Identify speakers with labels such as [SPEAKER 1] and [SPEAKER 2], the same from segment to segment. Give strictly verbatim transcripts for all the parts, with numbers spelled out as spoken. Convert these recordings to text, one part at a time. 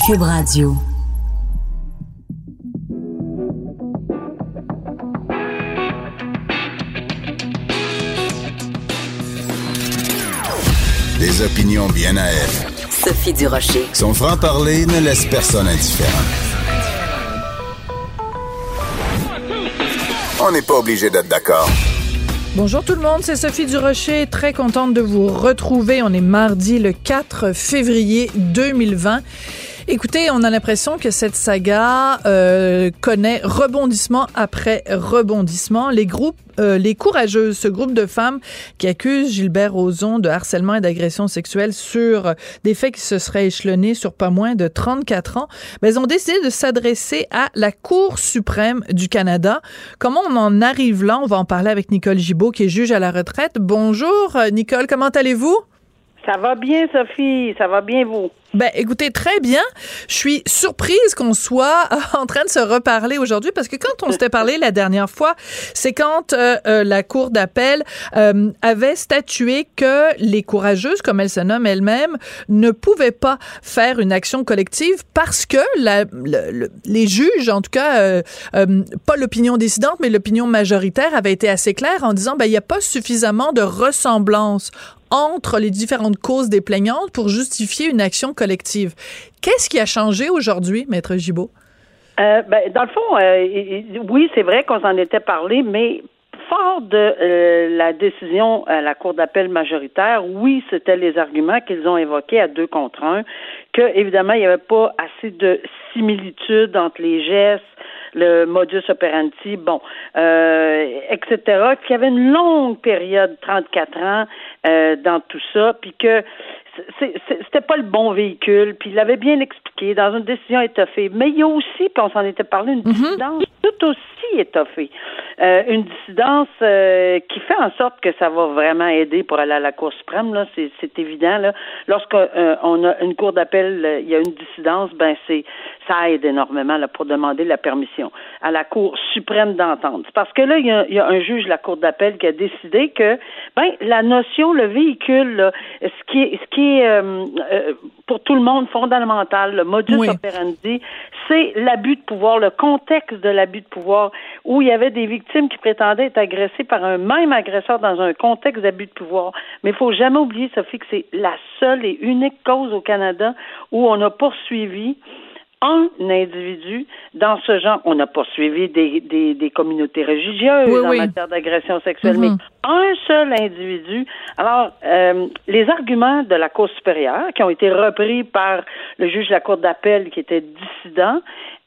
[SPEAKER 1] Cube Radio.
[SPEAKER 2] Des opinions bien à elle.
[SPEAKER 1] Sophie Durocher.
[SPEAKER 2] Son franc-parler ne laisse personne indifférent. On n'est pas obligé d'être d'accord.
[SPEAKER 3] Bonjour tout le monde, c'est Sophie Durocher, très contente de vous retrouver. On est mardi le quatre février deux mille vingt. Écoutez, on a l'impression que cette saga euh, connaît rebondissement après rebondissement. Les groupes, euh, les courageuses, ce groupe de femmes qui accusent Gilbert Rozon de harcèlement et d'agression sexuelle sur des faits qui se seraient échelonnés sur pas moins de trente-quatre ans, ben, elles ont décidé de s'adresser à la Cour suprême du Canada. Comment on en arrive là? On va en parler avec Nicole Gibault, qui est juge à la retraite. Bonjour Nicole, comment allez-vous?
[SPEAKER 4] Ça va bien, Sophie, ça va bien, vous?
[SPEAKER 3] Ben, écoutez, très bien. Je suis surprise qu'on soit en train de se reparler aujourd'hui parce que quand on s'était parlé la dernière fois, c'est quand euh, euh, la Cour d'appel euh, avait statué que les courageuses, comme elles se nomment elles-mêmes, ne pouvaient pas faire une action collective parce que la, le, le, les juges, en tout cas, euh, euh, pas l'opinion dissidente, mais l'opinion majoritaire avait été assez claire en disant, ben, il n'y a pas suffisamment de ressemblance entre les différentes causes des plaignantes pour justifier une action collective. Qu'est-ce qui a changé aujourd'hui, Maître Gibault?
[SPEAKER 4] Euh, ben, dans le fond, euh, oui, c'est vrai qu'on s'en était parlé, mais fort de euh, la décision à la Cour d'appel majoritaire, oui, c'était les arguments qu'ils ont évoqués à deux contre un, que évidemment, il n'y avait pas assez de similitude entre les gestes, le modus operandi, bon, euh, et cetera, qu'il y avait une longue période, trente-quatre ans, euh, dans tout ça, puis que c'est, c'est, c'était pas le bon véhicule, puis il l'avait bien expliqué dans une décision étoffée. Mais il y a aussi, puis on s'en était parlé, une dissidence mm-hmm. tout aussi étoffée. Euh, une dissidence euh, qui fait en sorte que ça va vraiment aider pour aller à la Cour suprême, là, c'est, c'est évident, là. Lorsqu'on euh, a une cour d'appel, euh, il y a une dissidence, ben c'est ça aide énormément là, pour demander la permission à la Cour suprême d'entendre. Parce que là, il y a, il y a un juge de la Cour d'appel qui a décidé que ben la notion, le véhicule, là, ce qui est, ce qui est euh, euh, pour tout le monde fondamental, le modus oui. operandi, c'est l'abus de pouvoir, le contexte de l'abus de pouvoir, où il y avait des victimes qui prétendaient être agressées par un même agresseur dans un contexte d'abus de pouvoir. Mais il faut jamais oublier, Sophie, que c'est la seule et unique cause au Canada où on a poursuivi un individu dans ce genre. On a poursuivi des, des, des communautés religieuses oui, en oui. matière d'agression sexuelle, mm-hmm. mais un seul individu. Alors, euh, les arguments de la Cour supérieure, qui ont été repris par le juge de la Cour d'appel, qui était dissident,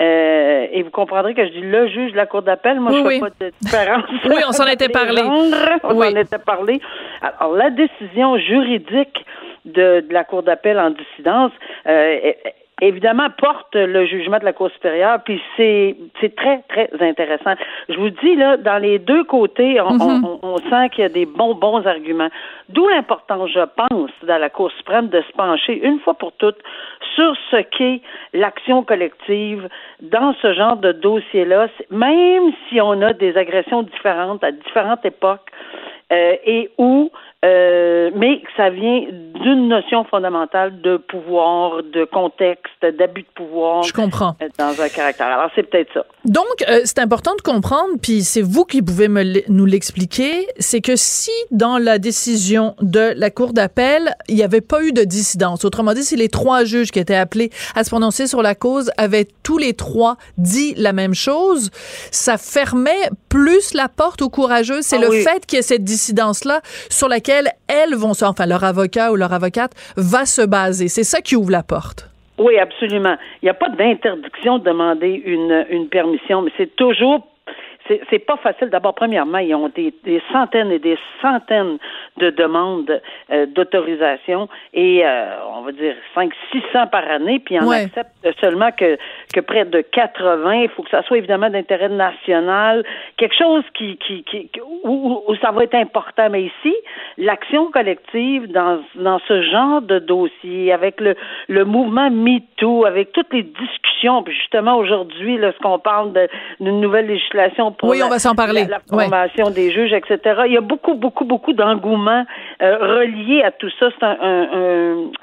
[SPEAKER 4] euh, et vous comprendrez que je dis le juge de la Cour d'appel, moi, oui, je ne fais oui. pas de différence.
[SPEAKER 3] Oui, on s'en était parlé.
[SPEAKER 4] On oui. s'en était parlé. Alors, la décision juridique de, de la Cour d'appel en dissidence, euh, évidemment, porte le jugement de la Cour supérieure, puis c'est c'est très, très intéressant. Je vous dis, là, dans les deux côtés, on, mm-hmm. on, on sent qu'il y a des bons, bons arguments. D'où l'importance, je pense, dans la Cour suprême de se pencher, une fois pour toutes, sur ce qu'est l'action collective dans ce genre de dossier-là, même si on a des agressions différentes à différentes époques, euh, et où Euh, mais ça vient d'une notion fondamentale de pouvoir, de contexte, d'abus de pouvoir.
[SPEAKER 3] Je comprends.
[SPEAKER 4] Dans un caractère. Alors, c'est peut-être ça.
[SPEAKER 3] Donc, euh, c'est important de comprendre, puis c'est vous qui pouvez me l- nous l'expliquer, c'est que si dans la décision de la Cour d'appel, il n'y avait pas eu de dissidence, autrement dit, si les trois juges qui étaient appelés à se prononcer sur la cause avaient tous les trois dit la même chose, ça fermait plus la porte aux courageuses. C'est ah, le oui. fait qu'il y ait cette dissidence-là sur laquelle elles vont se, enfin leur avocat ou leur avocate va se baser. C'est ça qui ouvre la porte.
[SPEAKER 4] Oui, absolument. Il n'y a pas d'interdiction de demander une, une permission, mais c'est toujours C'est, c'est pas facile. D'abord, premièrement, ils ont des, des centaines et des centaines de demandes euh, d'autorisation et, euh, on va dire, cinq cents, six cents par année, puis ils en ouais. acceptent seulement que, que près de quatre-vingts. Il faut que ça soit évidemment d'intérêt national, quelque chose qui, qui, qui où, où ça va être important. Mais ici, l'action collective dans, dans ce genre de dossier, avec le, le mouvement MeToo, avec toutes les discussions, puis justement aujourd'hui, là, ce qu'on parle de, d'une nouvelle législation pour
[SPEAKER 3] oui,
[SPEAKER 4] la,
[SPEAKER 3] on va s'en parler.
[SPEAKER 4] la, la formation ouais. des juges, et cetera. Il y a beaucoup, beaucoup, beaucoup d'engouement euh, relié à tout ça. C'est un, un, un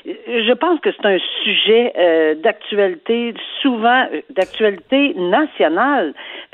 [SPEAKER 4] je pense que c'est un sujet euh, d'actualité, souvent d'actualité nationale.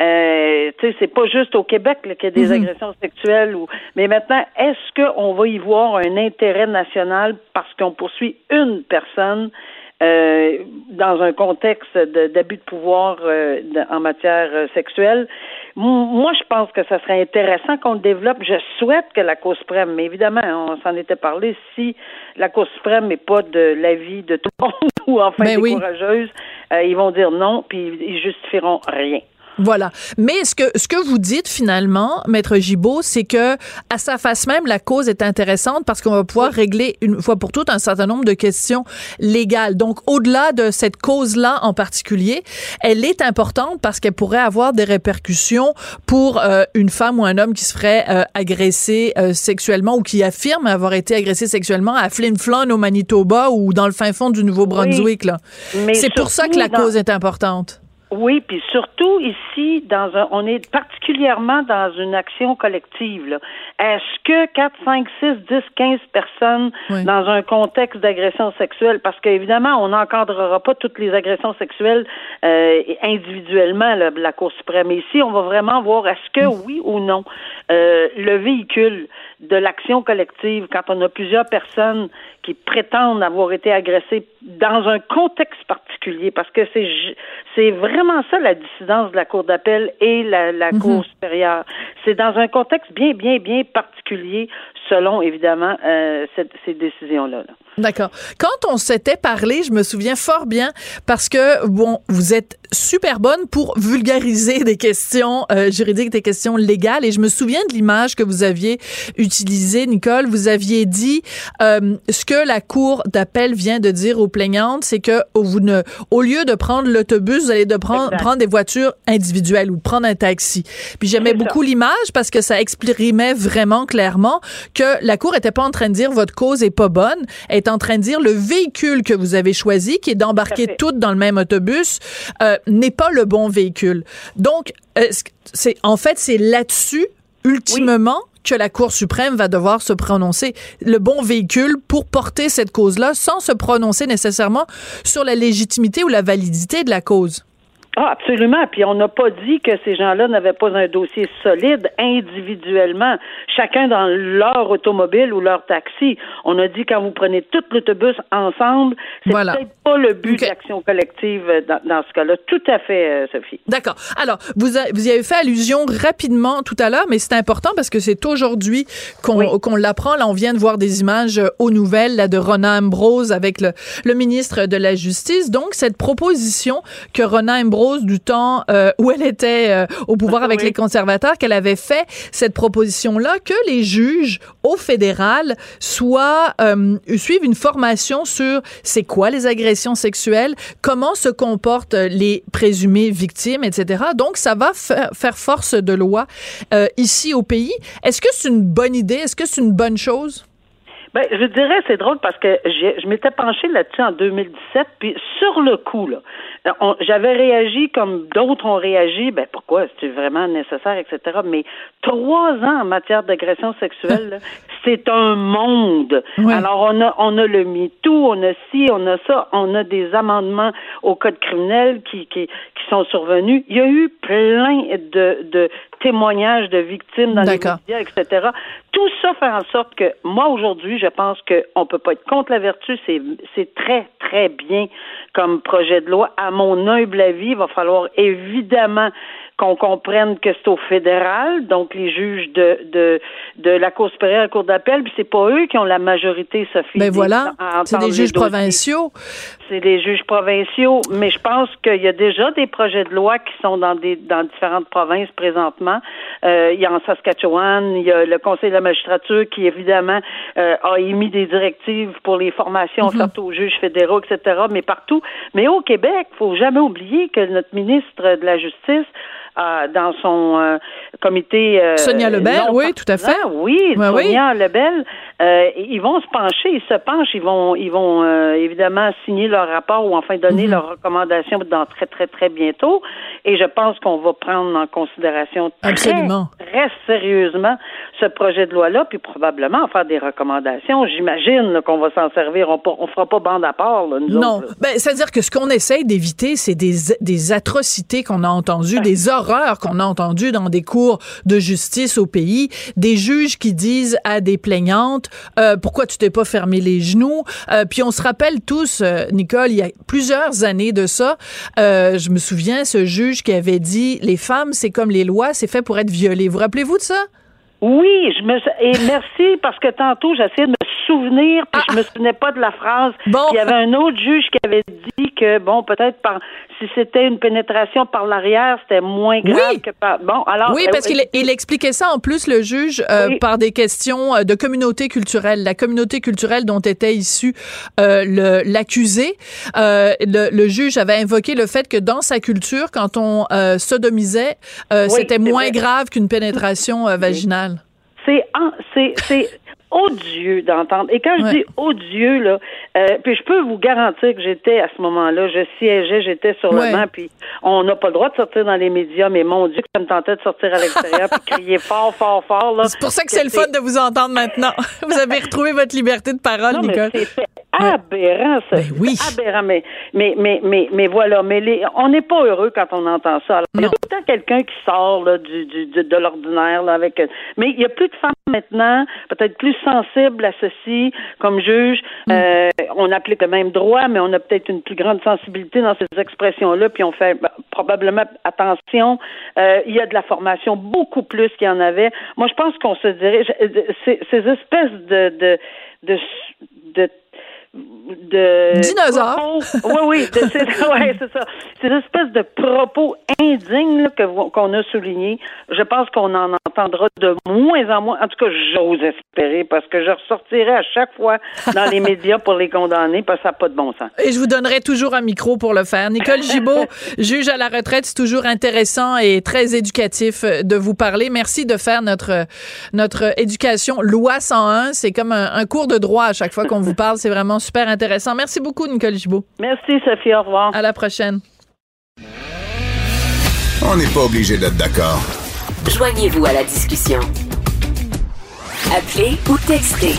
[SPEAKER 4] Euh, tu sais, c'est pas juste au Québec là, qu'il y a des mm-hmm. agressions sexuelles, ou mais maintenant, est-ce qu'on va y voir un intérêt national parce qu'on poursuit une personne euh, dans un contexte de, d'abus de pouvoir euh, de, en matière euh, sexuelle? Moi, je pense que ça serait intéressant qu'on le développe. Je souhaite que la Cour suprême, mais évidemment, on s'en était parlé, si la Cour suprême n'est pas de l'avis de tout le monde ou enfin ben décourageuse, oui. euh, ils vont dire non, puis ils justifieront rien.
[SPEAKER 3] Voilà. Mais ce que ce que vous dites finalement, Maître Gibault, c'est que à sa face même, la cause est intéressante parce qu'on va pouvoir régler une fois pour toutes un certain nombre de questions légales. Donc, au-delà de cette cause-là en particulier, elle est importante parce qu'elle pourrait avoir des répercussions pour euh, une femme ou un homme qui se ferait euh, agresser euh, sexuellement ou qui affirme avoir été agressé sexuellement à Flin Flon au Manitoba ou dans le fin fond du Nouveau-Brunswick. Là.
[SPEAKER 4] Oui,
[SPEAKER 3] c'est pour ça que la
[SPEAKER 4] dans...
[SPEAKER 3] cause est importante.
[SPEAKER 4] Oui, puis surtout ici, dans un, on est particulièrement dans une action collective. Là. Est-ce que quatre, cinq, six, dix, quinze personnes oui. dans un contexte d'agression sexuelle, parce qu'évidemment, on n'encadrera pas toutes les agressions sexuelles euh, individuellement, là, la Cour suprême. Mais ici, on va vraiment voir est-ce que oui ou non euh, le véhicule de l'action collective, quand on a plusieurs personnes qui prétendent avoir été agressées dans un contexte particulier, parce que c'est c'est vraiment ça la dissidence de la Cour d'appel et la, la mm-hmm. Cour supérieure. C'est dans un contexte bien, bien, bien particulier, selon, évidemment, euh, cette, ces décisions-là. Là.
[SPEAKER 3] D'accord. Quand on s'était parlé, je me souviens fort bien, parce que, bon, vous êtes super bonne pour vulgariser des questions euh, juridiques, des questions légales, et je me souviens de l'image que vous aviez utilisée, Nicole. Vous aviez dit euh, ce que la Cour d'appel vient de dire aux plaignantes, c'est que vous ne, au lieu de prendre l'autobus, vous allez de prendre, prendre des voitures individuelles ou de prendre un taxi. Puis j'aimais beaucoup l'image parce que ça exprimait vraiment clairement que la Cour était pas en train de dire votre cause est pas bonne, elle est en train de dire le véhicule que vous avez choisi, qui est d'embarquer toutes dans le même autobus, euh, n'est pas le bon véhicule. Donc, euh, c'est en fait, c'est là-dessus, ultimement, oui. que la Cour suprême va devoir se prononcer, le bon véhicule pour porter cette cause-là, sans se prononcer nécessairement sur la légitimité ou la validité de la cause.
[SPEAKER 4] Ah, absolument. Puis on n'a pas dit que ces gens-là n'avaient pas un dossier solide individuellement, chacun dans leur automobile ou leur taxi. On a dit quand vous prenez tout l'autobus ensemble, c'est voilà. peut-être pas le but okay. de l'action collective dans, dans ce cas-là. Tout à fait, euh, Sophie.
[SPEAKER 3] D'accord. Alors, vous, a, vous y avez fait allusion rapidement tout à l'heure, mais c'est important parce que c'est aujourd'hui qu'on, oui. qu'on l'apprend. Là, on vient de voir des images aux nouvelles là, de Rona Ambrose avec le, le ministre de la Justice. Donc, cette proposition que Rona Ambrose du temps euh, où elle était euh, au pouvoir avec oui. les conservateurs, qu'elle avait fait cette proposition-là, que les juges au fédéral soient, euh, suivent une formation sur c'est quoi les agressions sexuelles, comment se comportent les présumées victimes, et cetera. Donc, ça va f- faire force de loi euh, ici au pays. Est-ce que c'est une bonne idée? Est-ce que c'est une bonne chose?
[SPEAKER 4] Ben, je dirais, c'est drôle parce que j'ai, je m'étais penchée là-dessus en deux mille dix-sept, puis sur le coup, là, on, j'avais réagi comme d'autres ont réagi, ben pourquoi, c'est vraiment nécessaire, et cetera. Mais trois ans en matière d'agression sexuelle, là, c'est un monde. Oui. Alors, on a, on a le MeToo, on a ci, on a ça, on a des amendements au code criminel qui, qui, qui sont survenus. Il y a eu plein de, de témoignages de victimes dans D'accord. les médias, et cetera. Tout ça fait en sorte que, moi, aujourd'hui, je pense qu'on peut pas être contre la vertu. C'est, c'est très, très bien comme projet de loi. À mon humble avis, il va falloir évidemment qu'on comprenne que c'est au fédéral, donc les juges de de de la Cour supérieure, la Cour d'appel, puis c'est pas eux qui ont la majorité, Sophie.
[SPEAKER 3] Ben voilà, c'est des juges provinciaux.
[SPEAKER 4] C'est des juges provinciaux, mais je pense qu'il y a déjà des projets de loi qui sont dans des dans différentes provinces présentement. Euh, il y a en Saskatchewan, il y a le Conseil de la magistrature qui, évidemment, euh, a émis des directives pour les formations mm-hmm. offertes aux juges fédéraux, et cetera, mais partout. Mais au Québec, il faut jamais oublier que notre ministre de la Justice euh, dans son euh, comité. Euh,
[SPEAKER 3] Sonia Lebel, oui, tout à fait.
[SPEAKER 4] Oui,
[SPEAKER 3] ouais,
[SPEAKER 4] Sonia
[SPEAKER 3] oui.
[SPEAKER 4] Lebel. Euh, ils vont se pencher, ils se penchent, ils vont, ils vont euh, évidemment signer leur rapport ou enfin donner mm-hmm. leurs recommandations dans très, très, très bientôt. Et je pense qu'on va prendre en considération très,
[SPEAKER 3] Absolument.
[SPEAKER 4] très sérieusement ce projet de loi-là, puis probablement faire des recommandations. J'imagine là, qu'on va s'en servir. On ne fera pas bande à part, là, nous
[SPEAKER 3] non.
[SPEAKER 4] autres. Non.
[SPEAKER 3] Ben, c'est-à-dire que ce qu'on essaye d'éviter, c'est des, des atrocités qu'on a entendues, ah. des horreurs qu'on a entendues dans des cours de justice au pays, des juges qui disent à des plaignantes euh, pourquoi tu t'es pas fermé les genoux. Euh, puis on se rappelle tous, euh, Nicole, il y a plusieurs années de ça, euh, je me souviens, ce juge qui avait dit les femmes, c'est comme les lois, c'est fait pour être violées. Vous rappelez-vous de ça?
[SPEAKER 4] Oui, je me et merci parce que tantôt j'essayais de me souvenir puis ah. je me souvenais pas de la phrase.
[SPEAKER 3] Bon.
[SPEAKER 4] Il y avait un autre juge qui avait dit que bon peut-être par si c'était une pénétration par l'arrière c'était moins grave
[SPEAKER 3] oui.
[SPEAKER 4] que par bon alors
[SPEAKER 3] oui parce euh, qu'il il expliquait ça en plus le juge euh, oui. par des questions de communauté culturelle, la communauté culturelle dont était issu euh, le l'accusé. Euh, le, le juge avait invoqué le fait que dans sa culture quand on euh, sodomisait euh, oui, c'était moins vrai. grave qu'une pénétration euh, vaginale.
[SPEAKER 4] C'est, c'est, c'est odieux d'entendre. Et quand je ouais. dis odieux, là, euh, puis je peux vous garantir que j'étais à ce moment-là, je siégeais, j'étais sur ouais. le banc, puis on n'a pas le droit de sortir dans les médias, mais mon Dieu, que ça me tentait de sortir à l'extérieur puis crier fort, fort, fort. Là,
[SPEAKER 3] c'est pour ça que, que c'est le fun de vous entendre maintenant. Vous avez retrouvé votre liberté de parole,
[SPEAKER 4] non,
[SPEAKER 3] Nicole.
[SPEAKER 4] Mais c'est aberrant, ça.
[SPEAKER 3] Ben oui.
[SPEAKER 4] C'est aberrant, mais, mais, mais, mais, mais voilà, mais les, on n'est pas heureux quand on entend ça. Alors, il y a tout le temps quelqu'un qui sort là, du, du, du, de l'ordinaire, là, avec. Mais il y a plus de femmes maintenant, peut-être plus sensibles à ceci, comme juge. Mm. Euh, on applique le même droit, mais on a peut-être une plus grande sensibilité dans ces expressions-là, puis on fait bah, probablement attention. Euh, il y a de la formation beaucoup plus qu'il y en avait. Moi, je pense qu'on se dirait, ces, ces espèces de, de, de, de de
[SPEAKER 3] dinosaures.
[SPEAKER 4] Oui, oui, de, c'est, ouais, c'est ça. C'est une espèce de propos indignes là, que, qu'on a souligné. Je pense qu'on en entendra de moins en moins. En tout cas, j'ose espérer parce que je ressortirai à chaque fois dans les médias pour les condamner parce que ça n'a pas de bon sens.
[SPEAKER 3] Et je vous donnerai toujours un micro pour le faire. Nicole Gibault, juge à la retraite, c'est toujours intéressant et très éducatif de vous parler. Merci de faire notre notre éducation loi cent un. C'est comme un, un cours de droit à chaque fois qu'on vous parle. C'est vraiment super intéressant. Merci beaucoup, Nicole Gibault.
[SPEAKER 4] Merci, Sophie. Au revoir.
[SPEAKER 3] À la prochaine.
[SPEAKER 2] On n'est pas obligé d'être d'accord.
[SPEAKER 1] Joignez-vous à la discussion. Appelez ou textez.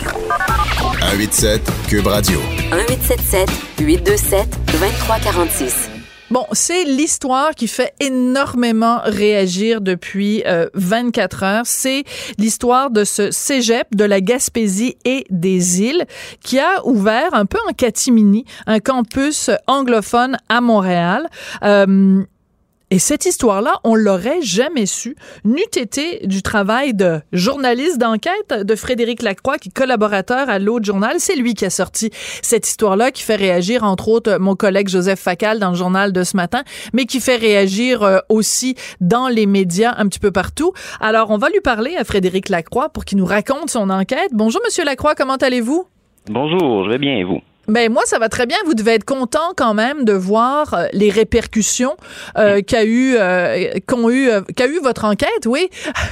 [SPEAKER 2] un huit sept Cube Radio.
[SPEAKER 1] un huit sept sept huit deux sept deux trois quatre six.
[SPEAKER 3] Bon, c'est l'histoire qui fait énormément réagir depuis euh, vingt-quatre heures. C'est l'histoire de ce cégep de la Gaspésie et des Îles qui a ouvert un peu en catimini un campus anglophone à Montréal. Euh, Et cette histoire-là, on l'aurait jamais su, n'eût été du travail de journaliste d'enquête de Frédéric Lacroix, qui est collaborateur à l'Autre Journal. C'est lui qui a sorti cette histoire-là, qui fait réagir, entre autres, mon collègue Joseph Facal dans le journal de ce matin, mais qui fait réagir euh, aussi dans les médias un petit peu partout. Alors, on va lui parler à Frédéric Lacroix pour qu'il nous raconte son enquête. Bonjour, Monsieur Lacroix, comment allez-vous?
[SPEAKER 5] Bonjour, je vais bien, et vous?
[SPEAKER 3] Ben moi ça va très bien. Vous devez être content quand même de voir euh, les répercussions euh, qu'a eu euh, qu'ont eu euh, qu'a eu votre enquête, oui.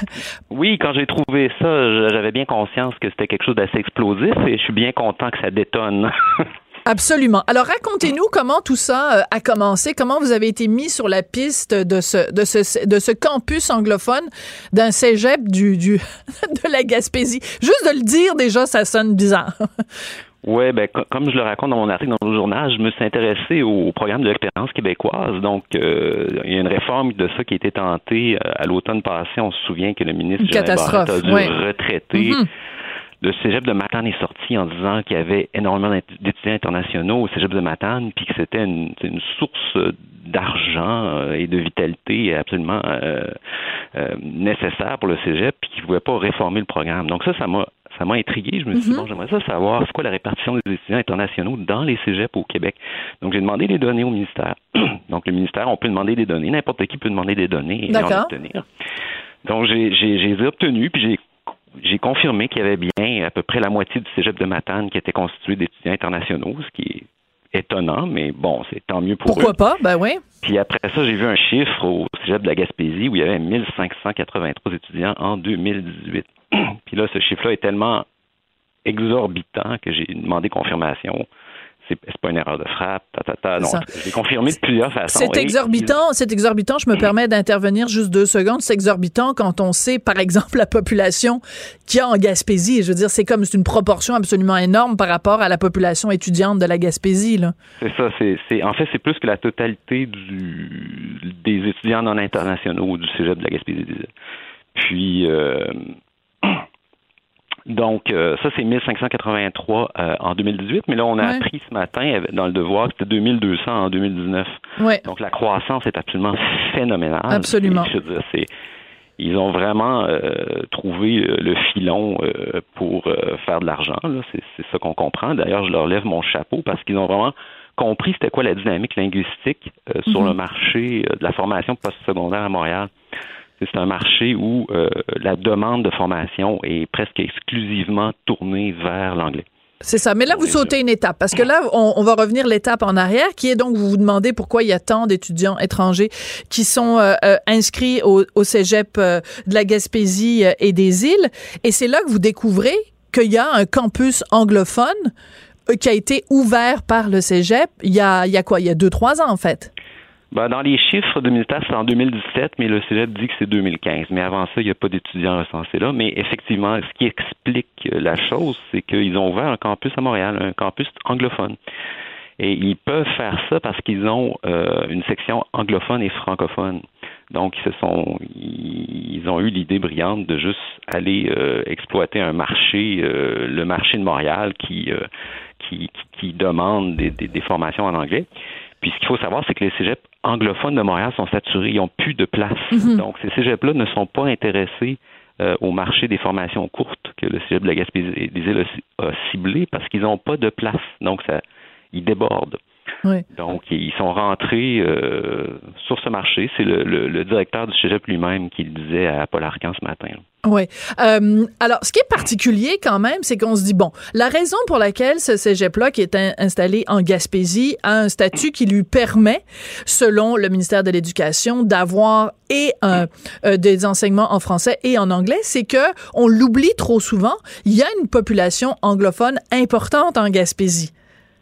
[SPEAKER 5] Oui, quand j'ai trouvé ça, j'avais bien conscience que c'était quelque chose d'assez explosif et je suis bien content que ça détonne.
[SPEAKER 3] Absolument. Alors racontez-nous comment tout ça euh, a commencé, comment vous avez été mis sur la piste de ce de ce de ce campus anglophone d'un cégep du du de la Gaspésie. Juste de le dire déjà, ça sonne bizarre.
[SPEAKER 5] Oui, ben comme je le raconte dans mon article dans le journal, je me suis intéressé au programme de l'expérience québécoise. Donc, euh, il y a une réforme de ça qui a été tentée euh, à l'automne passé. On se souvient que le ministre Jean Barrette a dû ouais. retraiter. Mm-hmm. Le cégep de Matane est sorti en disant qu'il y avait énormément d'étudiants internationaux au cégep de Matane, puis que c'était une, une source d'argent et de vitalité absolument euh, euh, nécessaire pour le cégep, puis qu'il ne pouvait pas réformer le programme. Donc ça, ça m'a Ça m'a intrigué. Je me suis dit, mm-hmm. bon, j'aimerais ça savoir c'est quoi la répartition des étudiants internationaux dans les cégeps au Québec. Donc, j'ai demandé les données au ministère. Donc, le ministère, on peut demander des données. N'importe qui peut demander des données et
[SPEAKER 3] D'accord.
[SPEAKER 5] en obtenir. Donc, j'ai, j'ai, j'ai les ai obtenues, puis j'ai, j'ai confirmé qu'il y avait bien à peu près la moitié du cégep de Matane qui était constitué d'étudiants internationaux, ce qui est étonnant, mais bon, c'est tant mieux pour
[SPEAKER 3] Pourquoi
[SPEAKER 5] eux.
[SPEAKER 3] Pourquoi pas? Ben oui.
[SPEAKER 5] Puis après ça, j'ai vu un chiffre au cégep de la Gaspésie où il y avait mille cinq cent quatre-vingt-trois étudiants en deux mille dix-huit. Puis là, ce chiffre-là est tellement exorbitant que j'ai demandé confirmation. C'est, c'est pas une erreur de frappe, ta, ta, ta. Non, j'ai confirmé de plusieurs façons.
[SPEAKER 3] C'est exorbitant, et... c'est exorbitant. Je me permets d'intervenir juste deux secondes. C'est exorbitant quand on sait, par exemple, la population qu'il y a en Gaspésie. Je veux dire, c'est comme c'est une proportion absolument énorme par rapport à la population étudiante de la Gaspésie, là.
[SPEAKER 5] C'est ça. C'est, c'est en fait, c'est plus que la totalité du, des étudiants non internationaux du cégep de la Gaspésie. Puis. Euh, Donc, euh, ça, c'est mille cinq cent quatre-vingt-trois euh, en deux mille dix-huit, mais là, on a ouais. appris ce matin dans le Devoir que c'était deux mille deux cents en deux mille dix-neuf.
[SPEAKER 3] Ouais.
[SPEAKER 5] Donc, la croissance est absolument phénoménale.
[SPEAKER 3] Absolument.
[SPEAKER 5] Je veux dire, c'est, ils ont vraiment euh, trouvé le filon euh, pour euh, faire de l'argent. Là. C'est, c'est ça qu'on comprend. D'ailleurs, je leur lève mon chapeau parce qu'ils ont vraiment compris c'était quoi la dynamique linguistique euh, mm-hmm. sur le marché euh, de la formation postsecondaire à Montréal. C'est un marché où euh, la demande de formation est presque exclusivement tournée vers l'anglais.
[SPEAKER 3] C'est ça. Mais là, vous sautez une étape, parce que là, on, on va revenir l'étape en arrière, qui est donc, vous vous demandez pourquoi il y a tant d'étudiants étrangers qui sont euh, euh, inscrits au, au cégep euh, de la Gaspésie euh, et des îles. Et c'est là que vous découvrez qu'il y a un campus anglophone euh, qui a été ouvert par le cégep il y a, il y a quoi? Il y a deux, trois ans, en fait.
[SPEAKER 5] Ben, dans les chiffres du ministère, c'est en deux mille dix-sept, mais le cégep dit que c'est deux mille quinze. Mais avant ça, il n'y a pas d'étudiants recensés là. Mais effectivement, ce qui explique la chose, c'est qu'ils ont ouvert un campus à Montréal, un campus anglophone. Et ils peuvent faire ça parce qu'ils ont euh, une section anglophone et francophone. Donc, ils se sont, ils ont eu l'idée brillante de juste aller euh, exploiter un marché, euh, le marché de Montréal, qui, euh, qui, qui, qui demande des, des, des formations en anglais. Puis ce qu'il faut savoir, c'est que les cégeps anglophones de Montréal sont saturés, ils n'ont plus de place. Mm-hmm. Donc, ces cégeps-là ne sont pas intéressés euh, au marché des formations courtes que le cégep de la Gaspésie et des îles a, a ciblé parce qu'ils n'ont pas de place. Donc, ça, ils débordent.
[SPEAKER 3] Oui.
[SPEAKER 5] Donc, ils sont rentrés euh, sur ce marché. C'est le, le, le directeur du cégep lui-même qui le disait à Paul Arcan ce matin.
[SPEAKER 3] Oui. Euh, alors, ce qui est particulier quand même, c'est qu'on se dit, bon, la raison pour laquelle ce cégep-là, qui est in- installé en Gaspésie, a un statut qui lui permet, selon le ministère de l'Éducation, d'avoir et un, euh, des enseignements en français et en anglais, c'est que on l'oublie trop souvent, il y a une population anglophone importante en Gaspésie.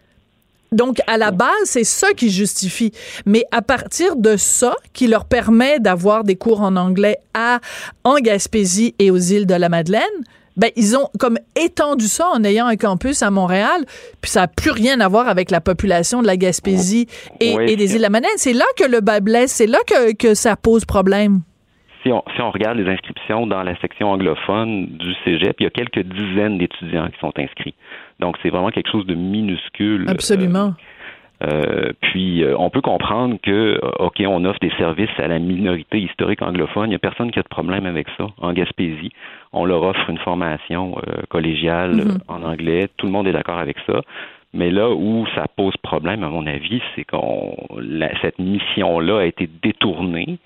[SPEAKER 3] Donc, à la base, c'est ça qui justifie. Mais à partir de ça, qui leur permet d'avoir des cours en anglais à, en Gaspésie et aux îles de la Madeleine, ben, ils ont comme étendu ça en ayant un campus à Montréal, puis ça n'a plus rien à voir avec la population de la Gaspésie et, oui, et des îles de la Madeleine. C'est là que le bas blesse, c'est là que, que ça pose problème.
[SPEAKER 5] Si on, si on regarde les inscriptions dans la section anglophone du cégep, il y a quelques dizaines d'étudiants qui sont inscrits. Donc, c'est vraiment quelque chose de minuscule.
[SPEAKER 3] Absolument.
[SPEAKER 5] Euh, euh, puis, euh, on peut comprendre que, OK, on offre des services à la minorité historique anglophone. Il n'y a personne qui a de problème avec ça. En Gaspésie, on leur offre une formation euh, collégiale mm-hmm. en anglais. Tout le monde est d'accord avec ça. Mais là où ça pose problème, à mon avis, c'est qu'on la, cette mission-là a été détournée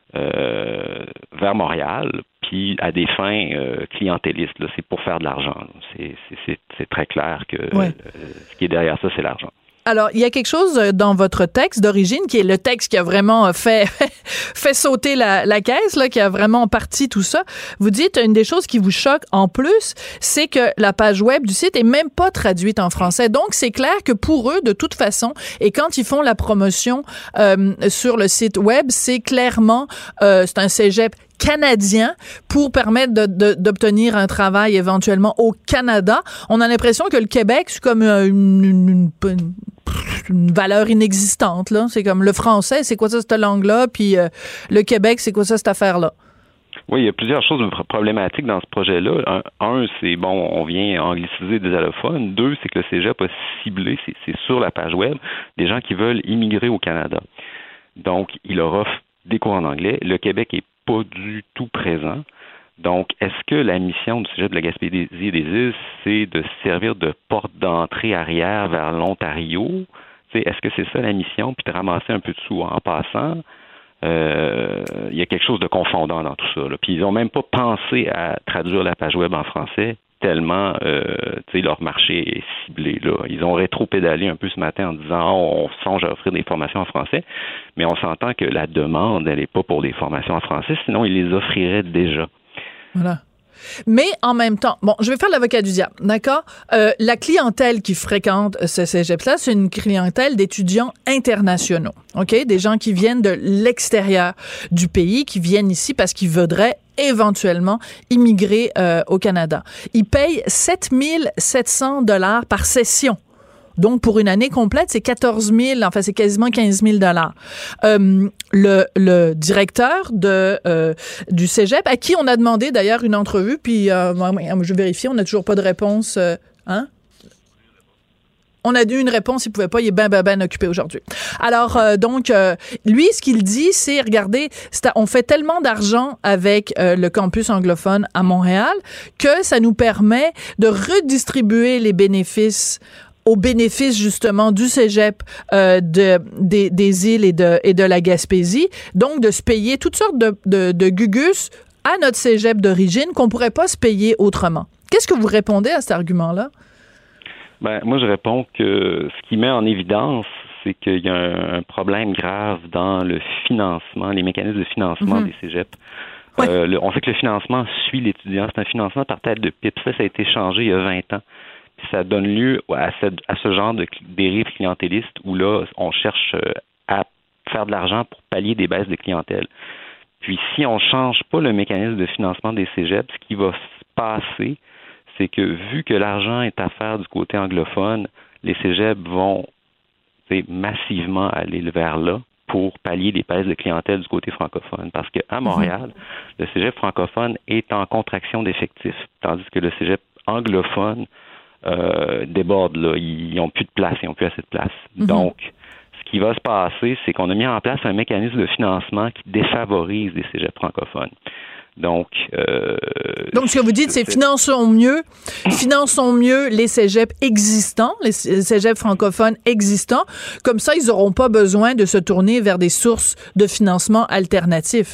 [SPEAKER 5] Euh, vers Montréal, puis à des fins euh, clientélistes. Là, c'est pour faire de l'argent. C'est, c'est, c'est, c'est très clair que
[SPEAKER 3] ouais.
[SPEAKER 5] euh, ce qui est derrière ça, c'est l'argent.
[SPEAKER 3] Alors, il y a quelque chose dans votre texte d'origine qui est le texte qui a vraiment fait fait sauter la, la caisse, là, qui a vraiment parti tout ça. Vous dites, une des choses qui vous choque en plus, c'est que la page web du site est même pas traduite en français. Donc, c'est clair que pour eux, de toute façon, et quand ils font la promotion euh, sur le site web, c'est clairement, euh, c'est un cégep canadien pour permettre de, de, d'obtenir un travail éventuellement au Canada. On a l'impression que le Québec, c'est comme une, une, une, une valeur inexistante, là. C'est comme le français, c'est quoi ça, cette langue-là, puis euh, le Québec, c'est quoi ça, cette affaire-là?
[SPEAKER 5] Oui, il y a plusieurs choses problématiques dans ce projet-là. Un, un c'est, bon, on vient angliciser des allophones. Deux, c'est que le cégep a ciblé, c'est, c'est sur la page web, des gens qui veulent immigrer au Canada. Donc, il leur offre des cours en anglais. Le Québec est pas du tout présent. Donc, est-ce que la mission du cégep de la Gaspésie et des îles, c'est de servir de porte d'entrée arrière vers l'Ontario? T'sais, est-ce que c'est ça la mission, puis de ramasser un peu de sous en passant? Euh, il y a quelque chose de confondant dans tout ça. Là. Puis ils n'ont même pas pensé à traduire la page web en français tellement, euh, tu sais, leur marché est ciblé, là. Ils ont rétro-pédalé un peu ce matin en disant, ah, on songe à offrir des formations en français, mais on s'entend que la demande, elle n'est pas pour des formations en français, sinon ils les offriraient déjà.
[SPEAKER 3] Voilà. Mais en même temps, bon, je vais faire l'avocat du diable, d'accord? Euh, la clientèle qui fréquente ce cégep-là, c'est une clientèle d'étudiants internationaux, OK? Des gens qui viennent de l'extérieur du pays, qui viennent ici parce qu'ils voudraient éventuellement immigrer euh, au Canada. Ils payent sept mille sept cents dollars par session. Donc, pour une année complète, c'est quatorze mille, enfin, c'est quasiment quinze mille dollars. Euh, le, le directeur de, euh, du cégep, à qui on a demandé d'ailleurs une entrevue, puis euh, je vérifie, on n'a toujours pas de réponse. Euh, hein? On a eu une réponse, il pouvait pas, il est ben, ben, ben occupé aujourd'hui. Alors, euh, donc, euh, lui, ce qu'il dit, c'est, regardez, c'est à, on fait tellement d'argent avec euh, le campus anglophone à Montréal que ça nous permet de redistribuer les bénéfices au bénéfice justement du cégep euh, de, des, des îles et de, et de la Gaspésie, donc de se payer toutes sortes de, de, de gugus à notre cégep d'origine qu'on pourrait pas se payer autrement. Qu'est-ce que vous répondez à cet argument-là?
[SPEAKER 5] Ben, moi, je réponds que ce qui met en évidence, c'est qu'il y a un, un problème grave dans le financement, les mécanismes de financement mm-hmm. des cégeps. Ouais. Euh, le, on sait que le financement suit l'étudiant. C'est un financement par tête de pipe. Ça, ça a été changé il y a vingt ans. Puis ça donne lieu à ce, à ce genre de dérive clientéliste où là, on cherche à faire de l'argent pour pallier des baisses de clientèle. Puis si on ne change pas le mécanisme de financement des cégeps, ce qui va se passer, c'est que vu que l'argent est à faire du côté anglophone, les cégeps vont massivement aller vers là pour pallier des baisses de clientèle du côté francophone. Parce qu'à Montréal, mm-hmm. le cégep francophone est en contraction d'effectifs, tandis que le cégep anglophone euh, déborde, là. Ils n'ont plus de place, ils n'ont plus assez de place. Mm-hmm. Donc, ce qui va se passer, c'est qu'on a mis en place un mécanisme de financement qui défavorise les cégeps francophones. Donc, euh,
[SPEAKER 3] Donc, ce que vous dites, c'est, c'est finançons mieux, finançons mieux les cégeps existants, les cégeps francophones existants. Comme ça, ils n'auront pas besoin de se tourner vers des sources de financement alternatifs.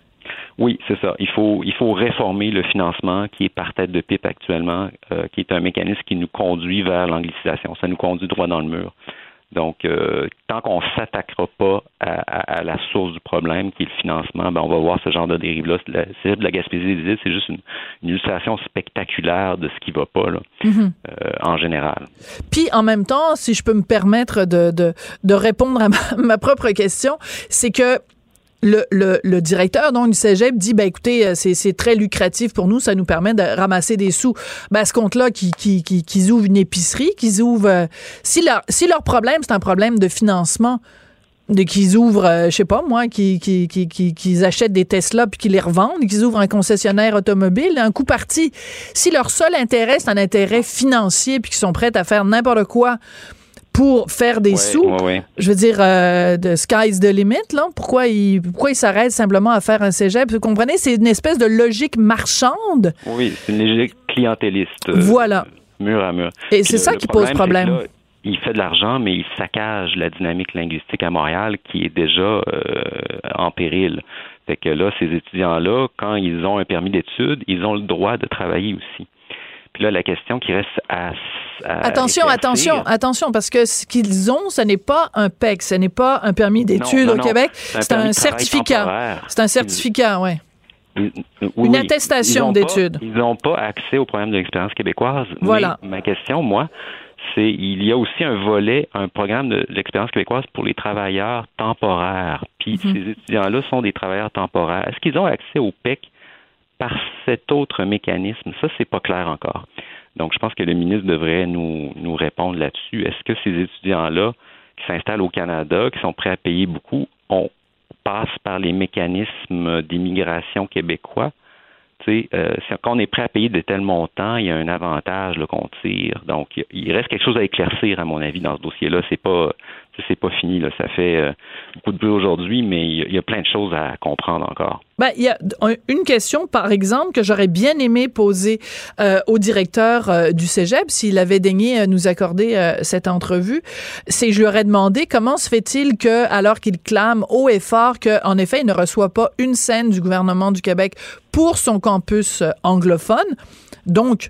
[SPEAKER 5] Oui, c'est ça. Il faut, il faut réformer le financement qui est par tête de pipe actuellement, euh, qui est un mécanisme qui nous conduit vers l'anglicisation. Ça nous conduit droit dans le mur. Donc, euh, tant qu'on ne s'attaquera pas à, à, à la source du problème, qui est le financement, ben on va voir ce genre de dérive-là. Le cégep de la Gaspésie des îles, c'est juste une, une illustration spectaculaire de ce qui ne va pas, là, mm-hmm. euh, en général.
[SPEAKER 3] Puis, en même temps, si je peux me permettre de, de, de répondre à ma, ma propre question, c'est que Le, le, le directeur donc, du cégep dit, ben écoutez, c'est, c'est très lucratif pour nous, ça nous permet de ramasser des sous. Ben, à ce compte-là, qu'ils, qu'ils, qu'ils, qu'ils ouvrent une épicerie, qu'ils ouvrent... Euh, si, leur, si leur problème, c'est un problème de financement, de qu'ils ouvrent, euh, je sais pas moi, qu'ils, qu'ils, qu'ils, qu'ils achètent des Tesla puis qu'ils les revendent, qu'ils ouvrent un concessionnaire automobile, un coup parti. Si leur seul intérêt, c'est un intérêt financier puis qu'ils sont prêts à faire n'importe quoi pour faire des ouais, sous, ouais, ouais. je veux dire, euh, the sky's the limit, là. Pourquoi ils, pourquoi ils s'arrêtent simplement à faire un cégep? Vous comprenez? C'est une espèce de logique marchande.
[SPEAKER 5] Oui, c'est une logique clientéliste.
[SPEAKER 3] Voilà.
[SPEAKER 5] Euh, mur à mur.
[SPEAKER 3] Et c'est le, ça le qui pose problème.
[SPEAKER 5] Là, il fait de l'argent, mais il saccage la dynamique linguistique à Montréal qui est déjà euh, en péril. Fait que là, ces étudiants-là, quand ils ont un permis d'études, ils ont le droit de travailler aussi. Puis là, la question qui reste à, à
[SPEAKER 3] Attention, éclaircir. attention, attention, parce que ce qu'ils ont, ce n'est pas un P E C, ce n'est pas un permis d'études non, non, au non. Québec, c'est un, c'est un certificat. Temporaire. C'est un certificat, oui. Oui, Une attestation
[SPEAKER 5] ils
[SPEAKER 3] d'études.
[SPEAKER 5] Pas, ils n'ont pas accès au programme de l'expérience québécoise.
[SPEAKER 3] Voilà.
[SPEAKER 5] Mais ma question, moi, c'est il y a aussi un volet, un programme de l'expérience québécoise pour les travailleurs temporaires. Puis mm-hmm. ces étudiants-là sont des travailleurs temporaires. Est-ce qu'ils ont accès au P E C par cet autre mécanisme? Ça, c'est pas clair encore. Donc, je pense que le ministre devrait nous, nous répondre là-dessus. Est-ce que ces étudiants-là qui s'installent au Canada, qui sont prêts à payer beaucoup, on passe par les mécanismes d'immigration québécois? Tu sais, euh, quand on est prêt à payer de tels montants, il y a un avantage là, qu'on tire. Donc, il reste quelque chose à éclaircir, à mon avis, dans ce dossier-là. C'est pas, c'est pas fini. Là. Ça fait euh, beaucoup de bruit aujourd'hui, mais il y a plein de choses à comprendre encore.
[SPEAKER 3] Ben, il y a une question, par exemple, que j'aurais bien aimé poser euh, au directeur euh, du cégep, s'il avait daigné euh, nous accorder euh, cette entrevue. C'est, je lui aurais demandé comment se fait-il que, alors qu'il clame haut et fort qu'en effet, il ne reçoit pas une scène du gouvernement du Québec pour son campus euh, anglophone, donc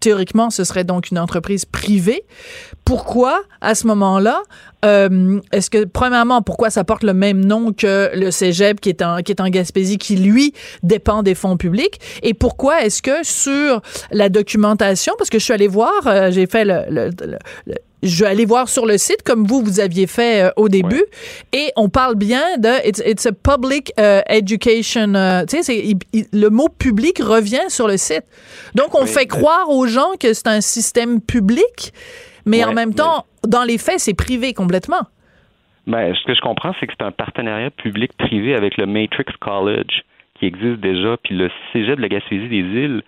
[SPEAKER 3] théoriquement, ce serait donc une entreprise privée. Pourquoi, à ce moment-là, euh, est-ce que, premièrement, pourquoi ça porte le même nom que le cégep qui est en, qui est en Gaspésie, qui, lui, dépend des fonds publics? Et pourquoi est-ce que sur la documentation, parce que je suis allée voir, euh, j'ai fait le, le, le, le je vais aller voir sur le site, comme vous, vous aviez fait euh, au début, ouais. Et on parle bien de it's, it's a public uh, education. Uh, tu sais, c'est, il, il, le mot public revient sur le site. Donc, on oui, fait oui. croire aux gens que c'est un système public, mais ouais, en même temps, oui. dans les faits, c'est privé complètement.
[SPEAKER 5] Ben, ce que je comprends, c'est que c'est un partenariat public-privé avec le Matrix College qui existe déjà, puis le cégep de la Gaspésie-des-Îles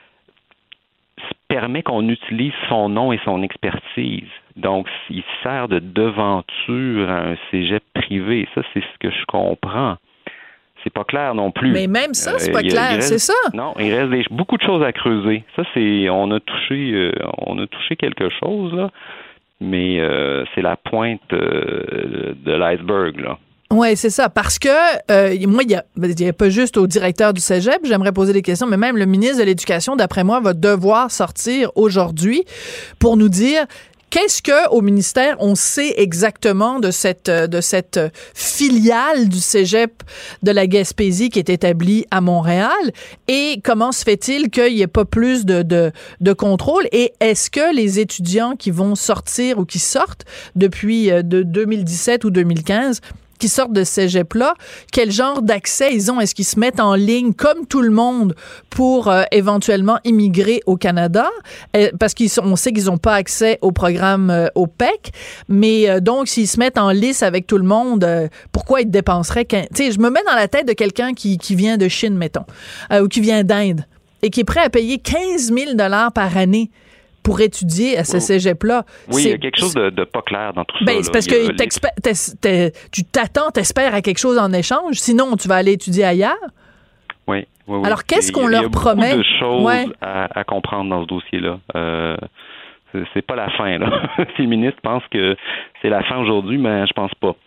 [SPEAKER 5] permet qu'on utilise son nom et son expertise. Donc, il sert de devanture à un cégep privé. Ça, c'est ce que je comprends. C'est pas clair non plus.
[SPEAKER 3] Mais même ça, c'est pas euh, clair,
[SPEAKER 5] reste,
[SPEAKER 3] c'est ça.
[SPEAKER 5] Non, il reste des, beaucoup de choses à creuser. Ça, c'est, on a touché, euh, on a touché quelque chose, là, mais euh, c'est la pointe euh, de l'iceberg, là.
[SPEAKER 3] Oui, c'est ça. Parce que, euh, moi, il y a, il y a pas juste au directeur du cégep, j'aimerais poser des questions, mais même le ministre de l'Éducation, d'après moi, va devoir sortir aujourd'hui pour nous dire qu'est-ce que, au ministère, on sait exactement de cette, de cette filiale du cégep de la Gaspésie qui est établie à Montréal et comment se fait-il qu'il n'y ait pas plus de, de, de contrôle et est-ce que les étudiants qui vont sortir ou qui sortent depuis de deux mille dix-sept ou deux mille quinze qui sortent de ce cégep-là, quel genre d'accès ils ont? Est-ce qu'ils se mettent en ligne comme tout le monde pour euh, éventuellement immigrer au Canada? Euh, parce qu'on sait qu'ils n'ont pas accès au programme euh, O P E C, mais euh, donc s'ils se mettent en lice avec tout le monde, euh, pourquoi ils dépenseraient? Tu sais, je me mets dans la tête de quelqu'un qui, qui vient de Chine, mettons, euh, ou qui vient d'Inde, et qui est prêt à payer quinze mille dollars par année pour étudier à ce oui. cégep-là.
[SPEAKER 5] Oui, c'est, il y a quelque chose de, de pas clair dans tout
[SPEAKER 3] ben,
[SPEAKER 5] ça.
[SPEAKER 3] C'est parce que les... tu t'attends, t'espères à quelque chose en échange, sinon tu vas aller étudier ailleurs.
[SPEAKER 5] Oui, oui, oui.
[SPEAKER 3] Alors, qu'est-ce qu'on
[SPEAKER 5] il y a,
[SPEAKER 3] leur promet?
[SPEAKER 5] Il y a beaucoup de choses
[SPEAKER 3] ouais.
[SPEAKER 5] à, à comprendre dans ce dossier-là. Euh, c'est, c'est pas la fin, là. Si le ministre pense que c'est la fin aujourd'hui, mais je pense pas.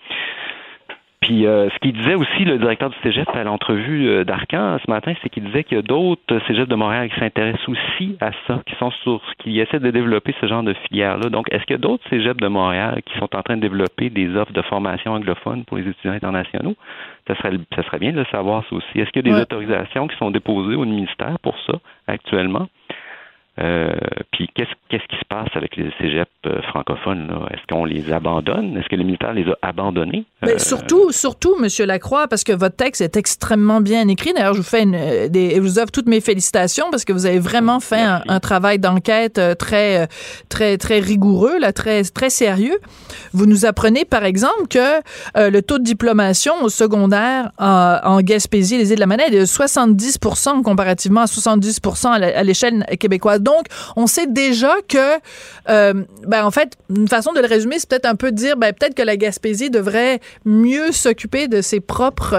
[SPEAKER 5] Puis euh, ce qu'il disait aussi, le directeur du cégep à l'entrevue euh, d'Arcan ce matin, c'est qu'il disait qu'il y a d'autres cégeps de Montréal qui s'intéressent aussi à ça, qui sont sur, qui essaient de développer ce genre de filière-là. Donc, est-ce qu'il y a d'autres cégeps de Montréal qui sont en train de développer des offres de formation anglophone pour les étudiants internationaux? Ça serait, ça serait bien de le savoir, ça aussi. Est-ce qu'il y a des ouais. autorisations qui sont déposées au ministère pour ça, actuellement? Euh, puis qu'est-ce, qu'est-ce qui se passe avec les cégeps euh, francophones, là? Est-ce qu'on les abandonne? Est-ce que le ministère les a abandonnés?
[SPEAKER 3] Ben,
[SPEAKER 5] euh,
[SPEAKER 3] surtout, surtout, M. Lacroix, parce que votre texte est extrêmement bien écrit. D'ailleurs, je vous fais une, des, je vous offre toutes mes félicitations parce que vous avez vraiment fait un, un travail d'enquête très, très, très rigoureux, là, très, très sérieux. Vous nous apprenez, par exemple, que euh, le taux de diplomation au secondaire en, en Gaspésie et les Îles-de-la-Manette est de soixante-dix pour cent comparativement à soixante-dix pour cent à, à l'échelle québécoise. Donc, on sait déjà que, euh, ben en fait, une façon de le résumer, c'est peut-être un peu de dire, ben peut-être que la Gaspésie devrait mieux s'occuper de ses propres,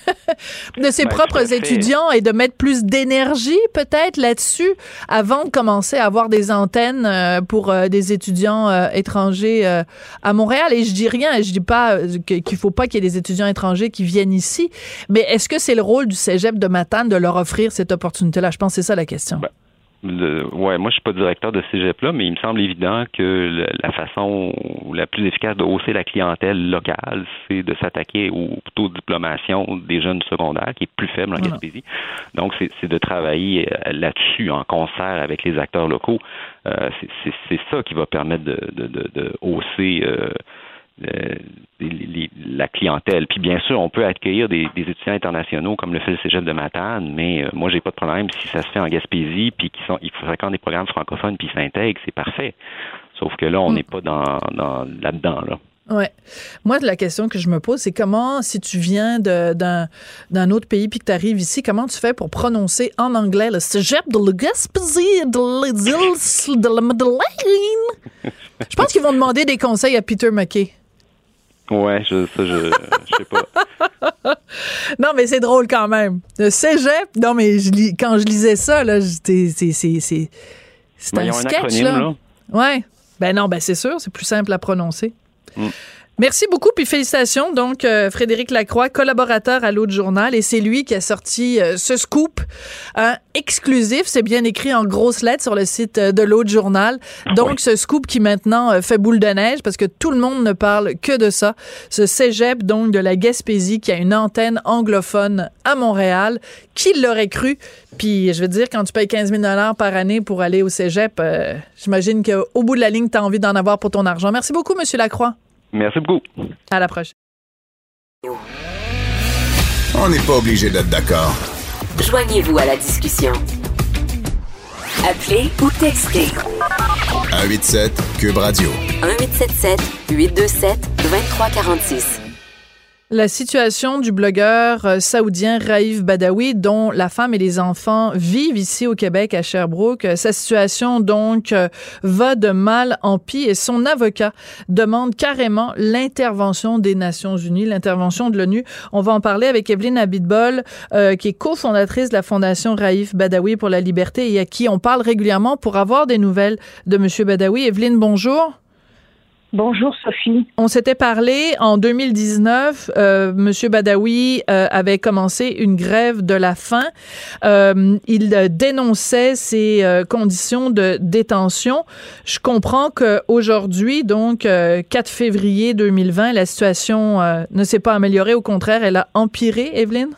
[SPEAKER 3] de ses ben, propres étudiants et de mettre plus d'énergie peut-être là-dessus avant de commencer à avoir des antennes euh, pour euh, des étudiants euh, étrangers euh, à Montréal. Et je dis rien, je dis pas euh, qu'il faut pas qu'il y ait des étudiants étrangers qui viennent ici, mais est-ce que c'est le rôle du cégep de Matane de leur offrir cette opportunité-là? Je pense que c'est ça la question.
[SPEAKER 5] Ben. Le, ouais, moi je suis pas directeur de cégep-là, mais il me semble évident que le, la façon la plus efficace de hausser la clientèle locale, c'est de s'attaquer au taux de diplomation des jeunes secondaires, qui est plus faible en voilà. Gaspésie. Donc c'est, c'est de travailler là-dessus en concert avec les acteurs locaux. Euh, c'est, c'est, c'est ça qui va permettre de, de, de, de hausser euh, Euh, les, les, la clientèle. Puis bien sûr, on peut accueillir des, des étudiants internationaux comme le fait le cégep de Matane, mais euh, moi, j'ai pas de problème si ça se fait en Gaspésie puis qu'ils sont, ils fréquentent des programmes francophones puis ils s'intègrent, c'est parfait. Sauf que là, on n'est mm. pas dans, dans là-dedans, là.
[SPEAKER 3] Ouais. Moi, la question que je me pose, c'est comment, si tu viens de, d'un, d'un autre pays puis que tu arrives ici, comment tu fais pour prononcer en anglais le cégep de la Gaspésie de les îles de la Madeleine? Je pense qu'ils vont demander des conseils à Peter MacKay.
[SPEAKER 5] Ouais, je, ça, je, je sais pas.
[SPEAKER 3] Non, mais c'est drôle quand même. Le cégep, non, mais je lis, quand je lisais ça, là, c'est, c'est, c'est, c'est, c'est
[SPEAKER 5] ben,
[SPEAKER 3] un sketch, un acronyme, là. là. Ouais. Ben non, ben c'est sûr, c'est plus simple à prononcer. Mm. Merci beaucoup, puis félicitations. Donc, euh, Frédéric Lacroix, collaborateur à l'Autre Journal, et c'est lui qui a sorti euh, ce scoop hein, exclusif. C'est bien écrit en grosses lettres sur le site euh, de l'Autre Journal. Donc, oui. Ce scoop qui maintenant euh, fait boule de neige parce que tout le monde ne parle que de ça. Ce cégep, donc, de la Gaspésie qui a une antenne anglophone à Montréal. Qui l'aurait cru? Puis, je veux dire, quand tu payes quinze mille dollars par année pour aller au cégep, euh, j'imagine qu'au bout de la ligne, tu as envie d'en avoir pour ton argent. Merci beaucoup, M. Lacroix.
[SPEAKER 5] Merci beaucoup.
[SPEAKER 3] À la prochaine.
[SPEAKER 2] On n'est pas obligé d'être d'accord.
[SPEAKER 1] Joignez-vous à la discussion. Appelez ou textez.
[SPEAKER 2] un huit sept Cube Radio.
[SPEAKER 1] un huit sept sept huit deux sept deux trois quatre six.
[SPEAKER 3] La situation du blogueur euh, saoudien Raif Badawi, dont la femme et les enfants vivent ici au Québec, à Sherbrooke. Sa situation, donc, euh, va de mal en pis et son avocat demande carrément l'intervention des Nations unies, l'intervention de l'ONU. On va en parler avec Evelyne Abitbol, euh, qui est cofondatrice de la Fondation Raif Badawi pour la liberté et à qui on parle régulièrement pour avoir des nouvelles de M. Badawi. Evelyne, bonjour.
[SPEAKER 6] Bonjour Sophie.
[SPEAKER 3] On s'était parlé en deux mille dix-neuf. Euh, Monsieur Badawi euh, avait commencé une grève de la faim. Euh, il euh, dénonçait ses euh, conditions de détention. Je comprends qu'aujourd'hui, donc euh, quatre février deux mille vingt, la situation euh, ne s'est pas améliorée. Au contraire, elle a empiré, Evelyne?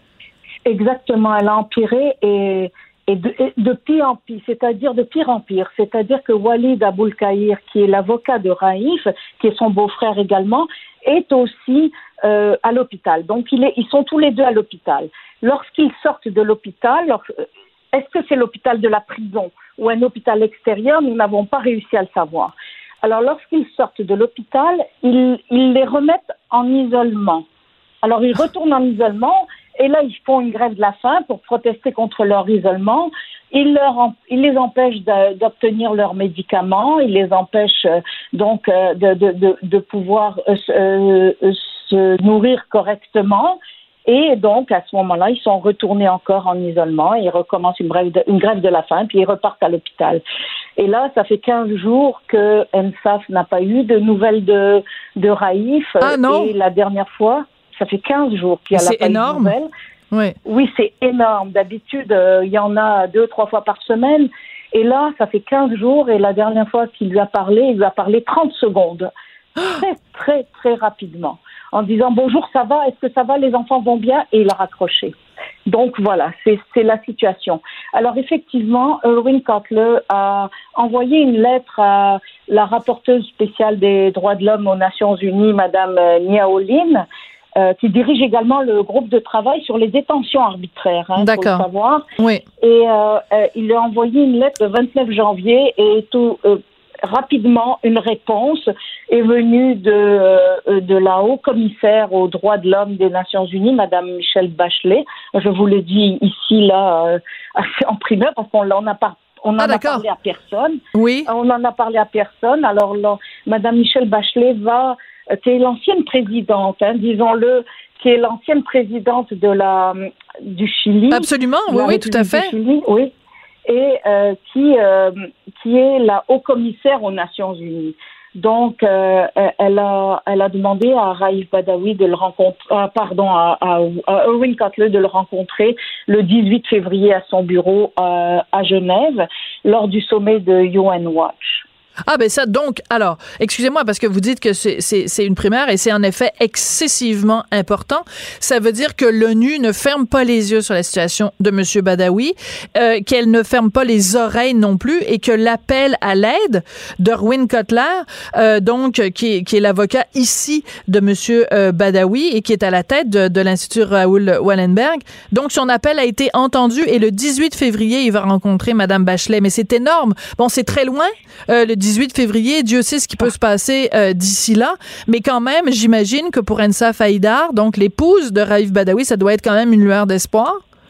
[SPEAKER 6] Exactement, elle a empiré et Et de, de pire en pire, c'est-à-dire de pire en pire, c'est-à-dire que Walid Aboulkaïr, qui est l'avocat de Raif, qui est son beau-frère également, est aussi euh, à l'hôpital. Donc il est, ils sont tous les deux à l'hôpital. Lorsqu'ils sortent de l'hôpital, est-ce que c'est l'hôpital de la prison ou un hôpital extérieur? Nous n'avons pas réussi à le savoir. Alors lorsqu'ils sortent de l'hôpital, ils, ils les remettent en isolement. Alors ils retournent en isolement. Et là, ils font une grève de la faim pour protester contre leur isolement. Ils, leur, ils les empêchent de, d'obtenir leurs médicaments. Ils les empêchent euh, donc euh, de, de, de, de pouvoir euh, euh, se nourrir correctement. Et donc, à ce moment-là, ils sont retournés encore en isolement. Et ils recommencent une grève de, une grève de la faim, puis ils repartent à l'hôpital. Et là, ça fait quinze jours que M S A F n'a pas eu de nouvelles de, de Raif.
[SPEAKER 3] Ah non.
[SPEAKER 6] Et la dernière fois... Ça fait quinze jours qu'il y a la pas
[SPEAKER 3] énorme.
[SPEAKER 6] de nouvelles.
[SPEAKER 3] Oui.
[SPEAKER 6] Oui, c'est énorme. D'habitude, euh, il y en a deux, trois fois par semaine. Et là, ça fait quinze jours. Et la dernière fois qu'il lui a parlé, il lui a parlé trente secondes. Très, très, très rapidement. En disant « Bonjour, ça va? Est-ce que ça va? Les enfants vont bien ?» Et il a raccroché. Donc voilà, c'est, c'est la situation. Alors effectivement, Irwin Cotler a envoyé une lettre à la rapporteuse spéciale des droits de l'homme aux Nations Unies, Madame Niaoline, Euh, qui dirige également le groupe de travail sur les détentions arbitraires, hein,
[SPEAKER 3] D'accord.
[SPEAKER 6] faut le savoir.
[SPEAKER 3] Oui.
[SPEAKER 6] Et euh, euh, il a envoyé une lettre le vingt-neuf janvier et tout euh, rapidement une réponse est venue de euh, de la haut-commissaire aux droits de l'homme des Nations Unies, Madame Michelle Bachelet. Je vous le dis ici là euh, en primeur parce qu'on l'en a pas. On n'en
[SPEAKER 3] ah,
[SPEAKER 6] a parlé à personne.
[SPEAKER 3] Oui.
[SPEAKER 6] On n'en a parlé à personne. Alors là, Madame Michelle Bachelet va qui est l'ancienne présidente, hein, disons-le, qui est l'ancienne présidente de la du Chili.
[SPEAKER 3] Absolument, oui, oui, tout à fait.
[SPEAKER 6] Chili, oui, et euh, qui euh, qui est la haut-commissaire aux Nations Unies. Donc, euh, elle a elle a demandé à Raif Badawi de le rencontrer, euh, pardon, à, à, à Irwin Cotler de le rencontrer le dix-huit février à son bureau euh, à Genève lors du sommet de U N Watch.
[SPEAKER 3] Ah ben ça, donc, alors, excusez-moi parce que vous dites que c'est, c'est, c'est une primaire et c'est en effet excessivement important. Ça veut dire que l'ONU ne ferme pas les yeux sur la situation de M. Badawi, euh, qu'elle ne ferme pas les oreilles non plus et que l'appel à l'aide d'Irwin Cotler, euh, donc, qui est, qui est l'avocat ici de M. Euh, Badawi et qui est à la tête de, de l'Institut Raoul Wallenberg, donc son appel a été entendu et le dix-huit février, il va rencontrer Mme Bachelet. Mais c'est énorme. Bon, c'est très loin, euh, le dix-huit février, Dieu sait ce qui peut se passer euh, d'ici là, mais quand même, j'imagine que pour Ensaf Haïdar, donc l'épouse de Raif Badawi, ça doit être quand même une lueur d'espoir.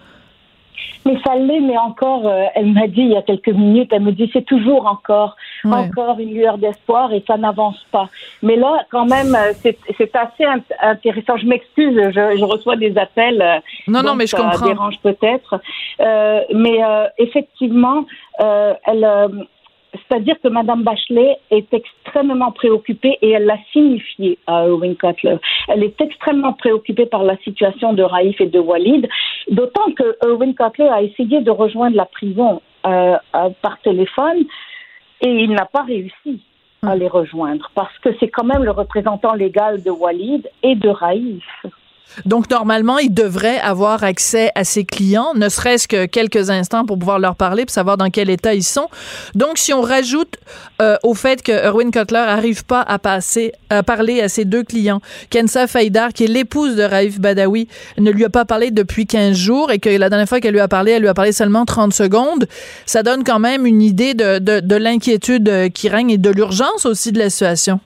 [SPEAKER 6] Mais ça l'est, mais encore, euh, elle m'a dit il y a quelques minutes, elle me dit c'est toujours encore, ouais. encore une lueur d'espoir et ça n'avance pas. Mais là, quand même, c'est, c'est assez intéressant. Je m'excuse, je, je reçois des appels.
[SPEAKER 3] Non, non, mais je
[SPEAKER 6] ça
[SPEAKER 3] comprends.
[SPEAKER 6] Ça dérange peut-être. Euh, mais euh, effectivement, euh, elle... Euh, c'est-à-dire que Mme Bachelet est extrêmement préoccupée et elle l'a signifié à Irwin Cotler. Elle est extrêmement préoccupée par la situation de Raif et de Walid, d'autant que Irwin Cotler a essayé de rejoindre la prison euh, euh, par téléphone et il n'a pas réussi à les rejoindre parce que c'est quand même le représentant légal de Walid et de Raif.
[SPEAKER 3] Donc, normalement, il devrait avoir accès à ses clients, ne serait-ce que quelques instants pour pouvoir leur parler, pour savoir dans quel état ils sont. Donc, si on rajoute euh, au fait que Irwin Cotler n'arrive pas à passer, à parler à ses deux clients, qu'Ensaf Haïdar, qui est l'épouse de Raif Badawi, ne lui a pas parlé depuis quinze jours et que la dernière fois qu'elle lui a parlé, elle lui a parlé seulement trente secondes, ça donne quand même une idée de, de, de l'inquiétude qui règne et de l'urgence aussi de la situation.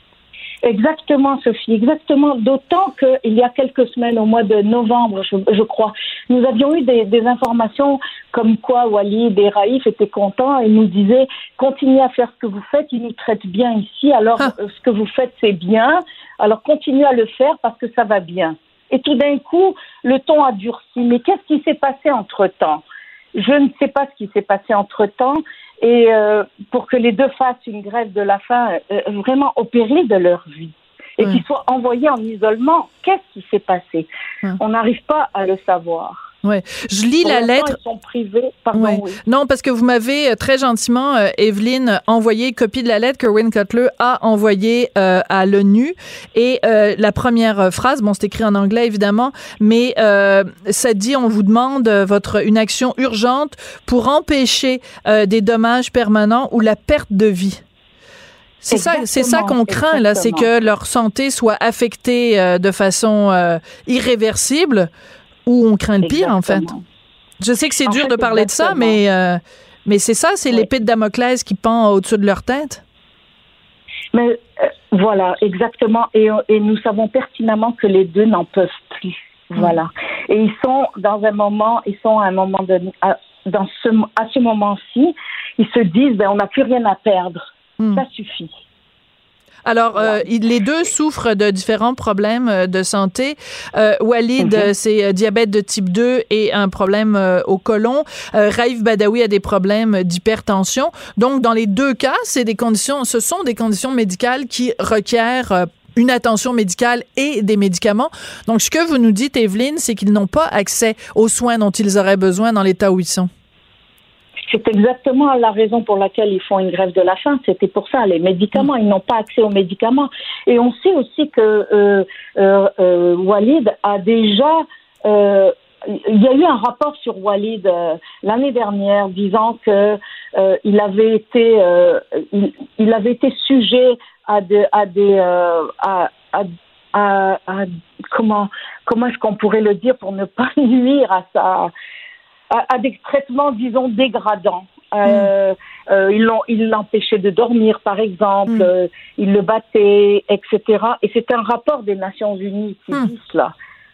[SPEAKER 6] Exactement, Sophie, exactement. D'autant qu'il y a quelques semaines, au mois de novembre, je, je crois, nous avions eu des, des informations comme quoi Walid et Raif étaient contents et nous disaient « Continuez à faire ce que vous faites, ils nous traitent bien ici, alors ah. ce que vous faites c'est bien, alors continuez à le faire parce que ça va bien. » Et tout d'un coup, le ton a durci. Mais qu'est-ce qui s'est passé entre-temps ? Je ne sais pas ce qui s'est passé entre-temps. Et euh, pour que les deux fassent une grève de la faim euh, vraiment au péril de leur vie et mmh. qu'ils soient envoyés en isolement, qu'est-ce qui s'est passé ? mmh. On n'arrive pas à le savoir.
[SPEAKER 3] Ouais, je lis
[SPEAKER 6] pour
[SPEAKER 3] la lettre.
[SPEAKER 6] Ils sont privés. Pardon,
[SPEAKER 3] ouais.
[SPEAKER 6] oui.
[SPEAKER 3] Non, parce que vous m'avez très gentiment, euh, Evelyne, envoyé copie de la lettre que Irwin Cotler a envoyée euh, à l'ONU. Et euh, la première phrase, bon, c'est écrit en anglais évidemment, mais euh, ça dit, on vous demande votre une action urgente pour empêcher euh, des dommages permanents ou la perte de vie. C'est exactement, ça, c'est ça qu'on craint exactement. Là, c'est que leur santé soit affectée euh, de façon euh, irréversible. Où on craint le pire, exactement. En fait. Je sais que c'est en dur fait, de parler exactement. De ça, mais, euh, mais c'est ça, c'est oui. l'épée de Damoclès qui pend au-dessus de leur tête.
[SPEAKER 6] Mais euh, voilà, exactement. Et, et nous savons pertinemment que les deux n'en peuvent plus. Mmh. Voilà. Et ils sont dans un moment, ils sont à un moment de, à, dans ce, à ce moment-ci, ils se disent, ben, on n'a plus rien à perdre. Mmh. Ça suffit.
[SPEAKER 3] Alors, euh, les deux souffrent de différents problèmes de santé. Euh, Walid, mm-hmm. c'est euh, diabète de type deux et un problème euh, au côlon. Euh, Raif Badawi a des problèmes d'hypertension. Donc, dans les deux cas, c'est des conditions, ce sont des conditions médicales qui requièrent euh, une attention médicale et des médicaments. Donc, ce que vous nous dites, Evelyne, c'est qu'ils n'ont pas accès aux soins dont ils auraient besoin dans l'état où ils sont.
[SPEAKER 6] C'est exactement la raison pour laquelle ils font une grève de la faim. C'était pour ça, les médicaments, ils n'ont pas accès aux médicaments. Et on sait aussi que euh, euh, euh, Walid a déjà... Euh, il y a eu un rapport sur Walid euh, l'année dernière disant que euh, il avait été euh, il, il avait été sujet à des à des euh, à, à, à, à comment comment est-ce qu'on pourrait le dire pour ne pas nuire à sa À, à des traitements, disons, dégradants. Euh, mmh. euh, ils l'ont, ils l'empêchaient de dormir, par exemple. Mmh. Euh, ils le battaient, et cetera. Et c'est un rapport des Nations Unies qui mmh. dit cela.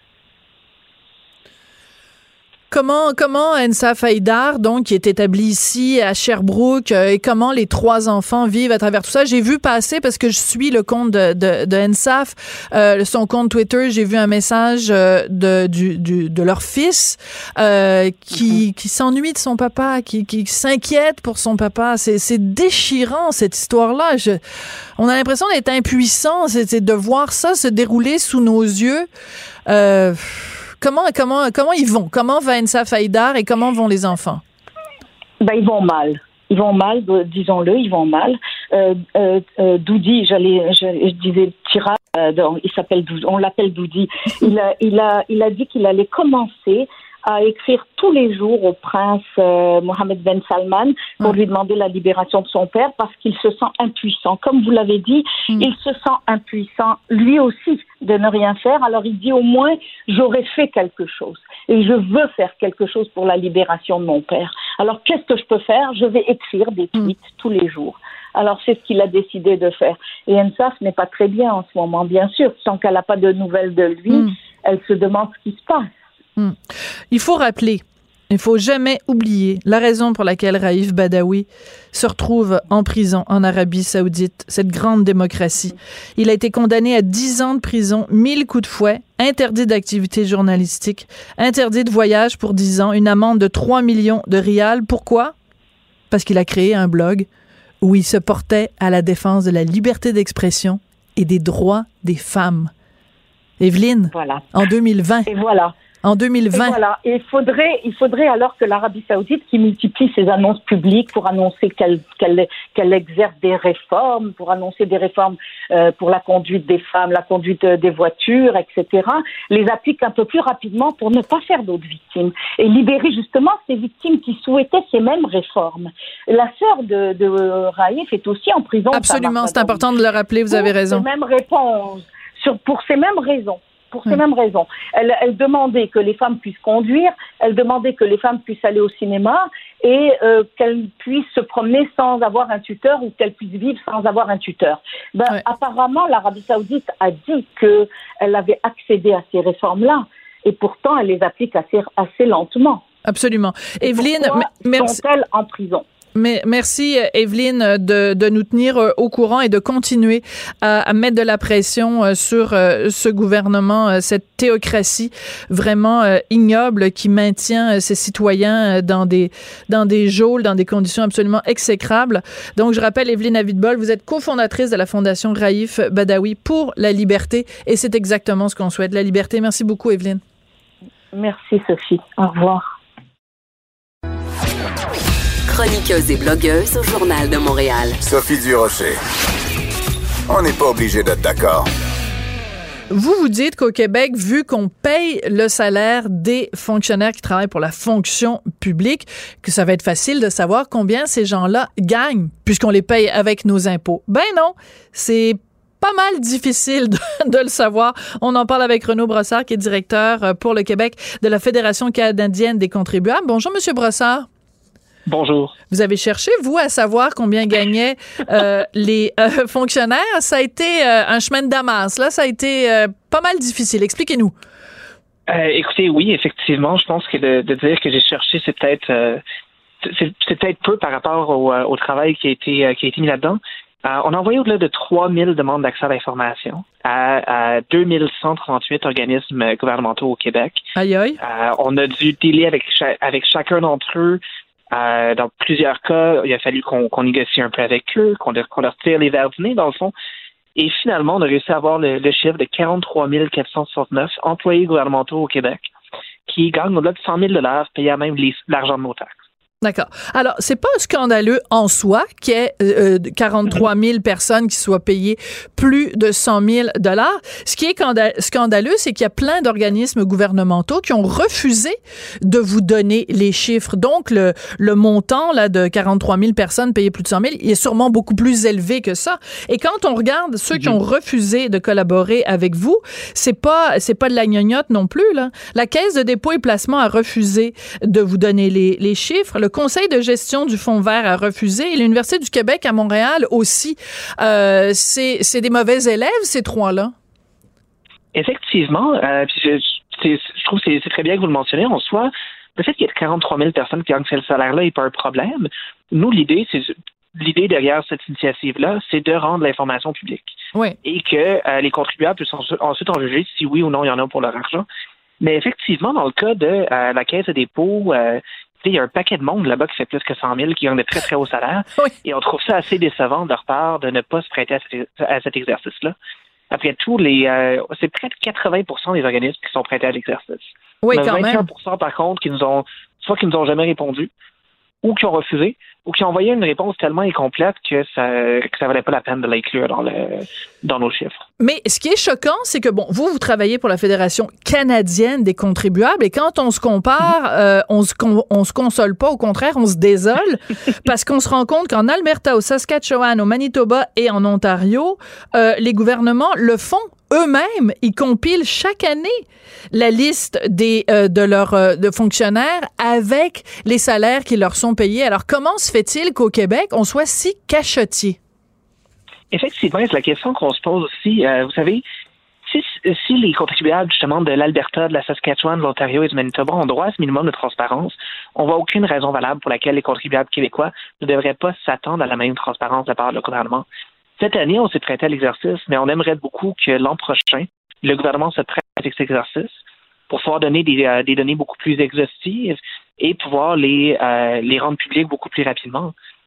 [SPEAKER 3] Comment, comment Ensaf Haïdar, donc, qui est établi ici à Sherbrooke, euh, et comment les trois enfants vivent à travers tout ça? J'ai vu passer, parce que je suis le compte de, de, de Ensaf, euh, son compte Twitter, j'ai vu un message euh, de, du, du, de leur fils euh, qui, mm-hmm. qui s'ennuie de son papa, qui, qui s'inquiète pour son papa. C'est, c'est déchirant, cette histoire-là. Je, on a l'impression d'être impuissant, c'est, c'est de voir ça se dérouler sous nos yeux. Euh... Comment, comment, comment ils vont? Comment va Ensaf Haïdar et comment vont les enfants?
[SPEAKER 6] Ben, ils vont mal. Ils vont mal, disons-le, ils vont mal. Euh, euh, euh, Doudi, j'allais, je, je disais Tira, euh, il s'appelle Doudi, on l'appelle Doudi. Il a, il a, il a dit qu'il allait commencer à écrire tous les jours au prince euh, Mohammed Ben Salman pour mmh. lui demander la libération de son père parce qu'il se sent impuissant. Comme vous l'avez dit, mmh. il se sent impuissant lui aussi de ne rien faire. Alors il dit au moins j'aurais fait quelque chose et je veux faire quelque chose pour la libération de mon père. Alors qu'est-ce que je peux faire? Je vais écrire des tweets mmh. tous les jours. Alors c'est ce qu'il a décidé de faire. Et Ensaf n'est pas très bien en ce moment, bien sûr. Tant qu'elle n'a pas de nouvelles de lui, mmh. elle se demande ce qui se passe.
[SPEAKER 3] Hmm. Il faut rappeler, il faut jamais oublier la raison pour laquelle Raif Badawi se retrouve en prison en Arabie Saoudite, cette grande démocratie. Il a été condamné à dix ans de prison, mille coups de fouet, interdit d'activité journalistique, interdit de voyage pour dix ans, une amende de trois millions de rials. Pourquoi? Parce qu'il a créé un blog où il se portait à la défense de la liberté d'expression et des droits des femmes. Evelyne,
[SPEAKER 6] voilà.
[SPEAKER 3] En deux mille vingt.
[SPEAKER 6] Et voilà.
[SPEAKER 3] En deux mille vingt.
[SPEAKER 6] Et voilà. Et il faudrait, il faudrait alors que l'Arabie Saoudite, qui multiplie ses annonces publiques pour annoncer qu'elle, qu'elle, qu'elle exerce des réformes, pour annoncer des réformes euh, pour la conduite des femmes, la conduite des voitures, et cetera, les applique un peu plus rapidement pour ne pas faire d'autres victimes et libérer justement ces victimes qui souhaitaient ces mêmes réformes. La sœur de, de Raif est aussi en prison.
[SPEAKER 3] Absolument, c'est important de le rappeler, vous avez raison.
[SPEAKER 6] Pour ces mêmes réponses, sur, pour ces mêmes raisons. Pour ces
[SPEAKER 3] oui.
[SPEAKER 6] mêmes raisons. Elle, elle demandait que les femmes puissent conduire, elle demandait que les femmes puissent aller au cinéma et euh, qu'elles puissent se promener sans avoir un tuteur ou qu'elles puissent vivre sans avoir un tuteur. Ben, oui. Apparemment, l'Arabie Saoudite a dit qu'elle avait accédé à ces réformes-là et pourtant, elle les applique assez, assez lentement.
[SPEAKER 3] Absolument.
[SPEAKER 6] Et
[SPEAKER 3] Evelyne,
[SPEAKER 6] merci. Sont-elles en prison?
[SPEAKER 3] Mais merci, Evelyne, de, de nous tenir au courant et de continuer à, à mettre de la pression sur ce gouvernement, cette théocratie vraiment ignoble qui maintient ses citoyens dans des, dans des geôles, dans des conditions absolument exécrables. Donc, je rappelle, Evelyne Abitbol, vous êtes cofondatrice de la Fondation Raif Badawi pour la liberté et c'est exactement ce qu'on souhaite, la liberté. Merci beaucoup, Evelyne.
[SPEAKER 6] Merci, Sophie. Au revoir.
[SPEAKER 1] Chroniqueuse et blogueuse au Journal de Montréal.
[SPEAKER 2] Sophie Durocher. On n'est pas obligé d'être d'accord.
[SPEAKER 3] Vous vous dites qu'au Québec, vu qu'on paye le salaire des fonctionnaires qui travaillent pour la fonction publique, que ça va être facile de savoir combien ces gens-là gagnent, puisqu'on les paye avec nos impôts. Ben non, c'est pas mal difficile de, de le savoir. On en parle avec Renaud Brossard, qui est directeur pour le Québec de la Fédération canadienne des contribuables. Bonjour, Monsieur Brossard.
[SPEAKER 7] Bonjour.
[SPEAKER 3] Vous avez cherché, vous, à savoir combien gagnaient euh, les euh, fonctionnaires. Ça a été euh, un chemin de Damas. Là, ça a été euh, pas mal difficile. Expliquez-nous.
[SPEAKER 7] Euh, écoutez, oui, effectivement, je pense que de, de dire que j'ai cherché, c'est peut-être euh, c'est, c'est peut-être peu par rapport au, euh, au travail qui a été euh, qui a été mis là-dedans. Euh, on a envoyé au-delà de trois mille demandes d'accès à l'information à, à deux mille cent trente-huit organismes gouvernementaux au Québec.
[SPEAKER 3] Aïe aïe.
[SPEAKER 7] Euh, on a dû dealer avec, cha- avec chacun d'entre eux. Euh, dans plusieurs cas, il a fallu qu'on, qu'on négocie un peu avec eux, qu'on leur, qu'on leur tire les verres du nez, dans le fond. Et finalement, on a réussi à avoir le, le chiffre de quarante-trois mille quatre cent soixante-neuf employés gouvernementaux au Québec qui gagnent au-delà de cent mille dollars payant même les, l'argent de nos taxes.
[SPEAKER 3] D'accord. Alors, c'est pas scandaleux en soi qu'il y ait euh, quarante-trois mille personnes qui soient payées plus de cent mille dollars. Ce qui est scandaleux, c'est qu'il y a plein d'organismes gouvernementaux qui ont refusé de vous donner les chiffres. Donc, le, le montant là de quarante-trois mille personnes payées plus de cent mille, il est sûrement beaucoup plus élevé que ça. Et quand on regarde ceux qui ont refusé de collaborer avec vous, c'est pas c'est pas de la gnognotte non plus, là. La Caisse de dépôt et placement a refusé de vous donner les, les chiffres. Le Conseil de gestion du Fonds vert a refusé et l'Université du Québec à Montréal aussi. Euh, c'est, c'est des mauvais élèves, ces trois-là?
[SPEAKER 7] Effectivement. Euh, puis je, c'est, je trouve que c'est, c'est très bien que vous le mentionnez. En soi, le fait qu'il y ait quarante-trois mille personnes qui gagnent ce salaire-là n'est pas un problème. Nous, l'idée, c'est l'idée derrière cette initiative-là, c'est de rendre l'information publique.
[SPEAKER 3] Oui.
[SPEAKER 7] Et que euh, les contribuables puissent ensuite en juger si oui ou non il y en a pour leur argent. Mais effectivement, dans le cas de euh, la Caisse de dépôt, euh, il y a un paquet de monde là-bas qui fait plus que cent mille, qui gagne de très, très hauts salaires.
[SPEAKER 3] Oui.
[SPEAKER 7] Et on trouve ça assez décevant de leur part de ne pas se prêter à cet, à cet exercice-là. Après tout, les, euh, c'est près de quatre-vingts pour cent des organismes qui sont prêtés à l'exercice.
[SPEAKER 3] Oui,
[SPEAKER 7] Mais
[SPEAKER 3] quand
[SPEAKER 7] vingt-et-un pour cent
[SPEAKER 3] même.
[SPEAKER 7] par contre, qui nous ont, soit qui nous ont jamais répondu, ou qui ont refusé, ou qui ont envoyé une réponse tellement incomplète que ça que ça valait pas la peine de l'inclure dans le dans nos chiffres.
[SPEAKER 3] Mais ce qui est choquant, c'est que bon, vous vous travaillez pour la Fédération canadienne des contribuables et quand on se compare, euh, on se con, on se console pas, au contraire, on se désole parce qu'on se rend compte qu'en Alberta, au Saskatchewan, au Manitoba et en Ontario, euh, les gouvernements le font eux-mêmes. Ils compilent chaque année la liste des euh, de leurs euh, de fonctionnaires avec les salaires qui leur sont payés. Alors comment se fait-il qu'au Québec, on soit si cachotier?
[SPEAKER 7] Effectivement, c'est la question qu'on se pose aussi. Euh, vous savez, si, si les contribuables justement de l'Alberta, de la Saskatchewan, de l'Ontario et du Manitoba ont droit à ce minimum de transparence, on voit aucune raison valable pour laquelle les contribuables québécois ne devraient pas s'attendre à la même transparence de la part du gouvernement. Cette année, on s'est prêté à l'exercice, mais on aimerait beaucoup que l'an prochain, le gouvernement se prête à cet exercice pour pouvoir donner des, euh, des données beaucoup plus exhaustives et pouvoir les, euh, les rendre publiques beaucoup plus rapidement.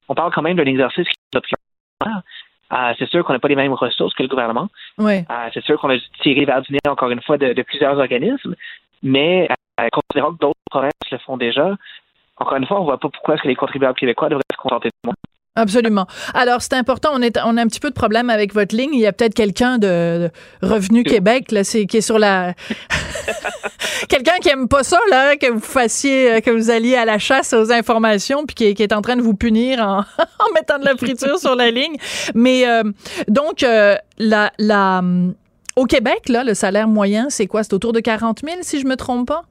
[SPEAKER 7] on parle quand même d'un exercice qui est optionnel. Euh, c'est sûr qu'on n'a pas les mêmes ressources que le gouvernement.
[SPEAKER 3] Oui.
[SPEAKER 7] Euh, c'est sûr qu'on a tiré vers du nez, encore une fois, de, de plusieurs organismes, mais euh, considérant que d'autres provinces le font déjà, encore une fois, on ne voit pas pourquoi est-ce que les contribuables québécois devraient se contenter de moi.
[SPEAKER 3] Absolument. Alors, c'est important. On, est, on a un petit peu de problème avec votre ligne. Il y a peut-être quelqu'un de, de Revenu Québec là, c'est, qui est sur la... quelqu'un qui aime pas ça, là, que vous fassiez, que vous alliez à la chasse aux informations puis qui, qui est en train de vous punir en, en mettant de la friture sur la ligne. Mais euh, donc, euh, la, la, au Québec, là, le salaire moyen, c'est quoi? C'est autour de quarante mille, si je me trompe pas?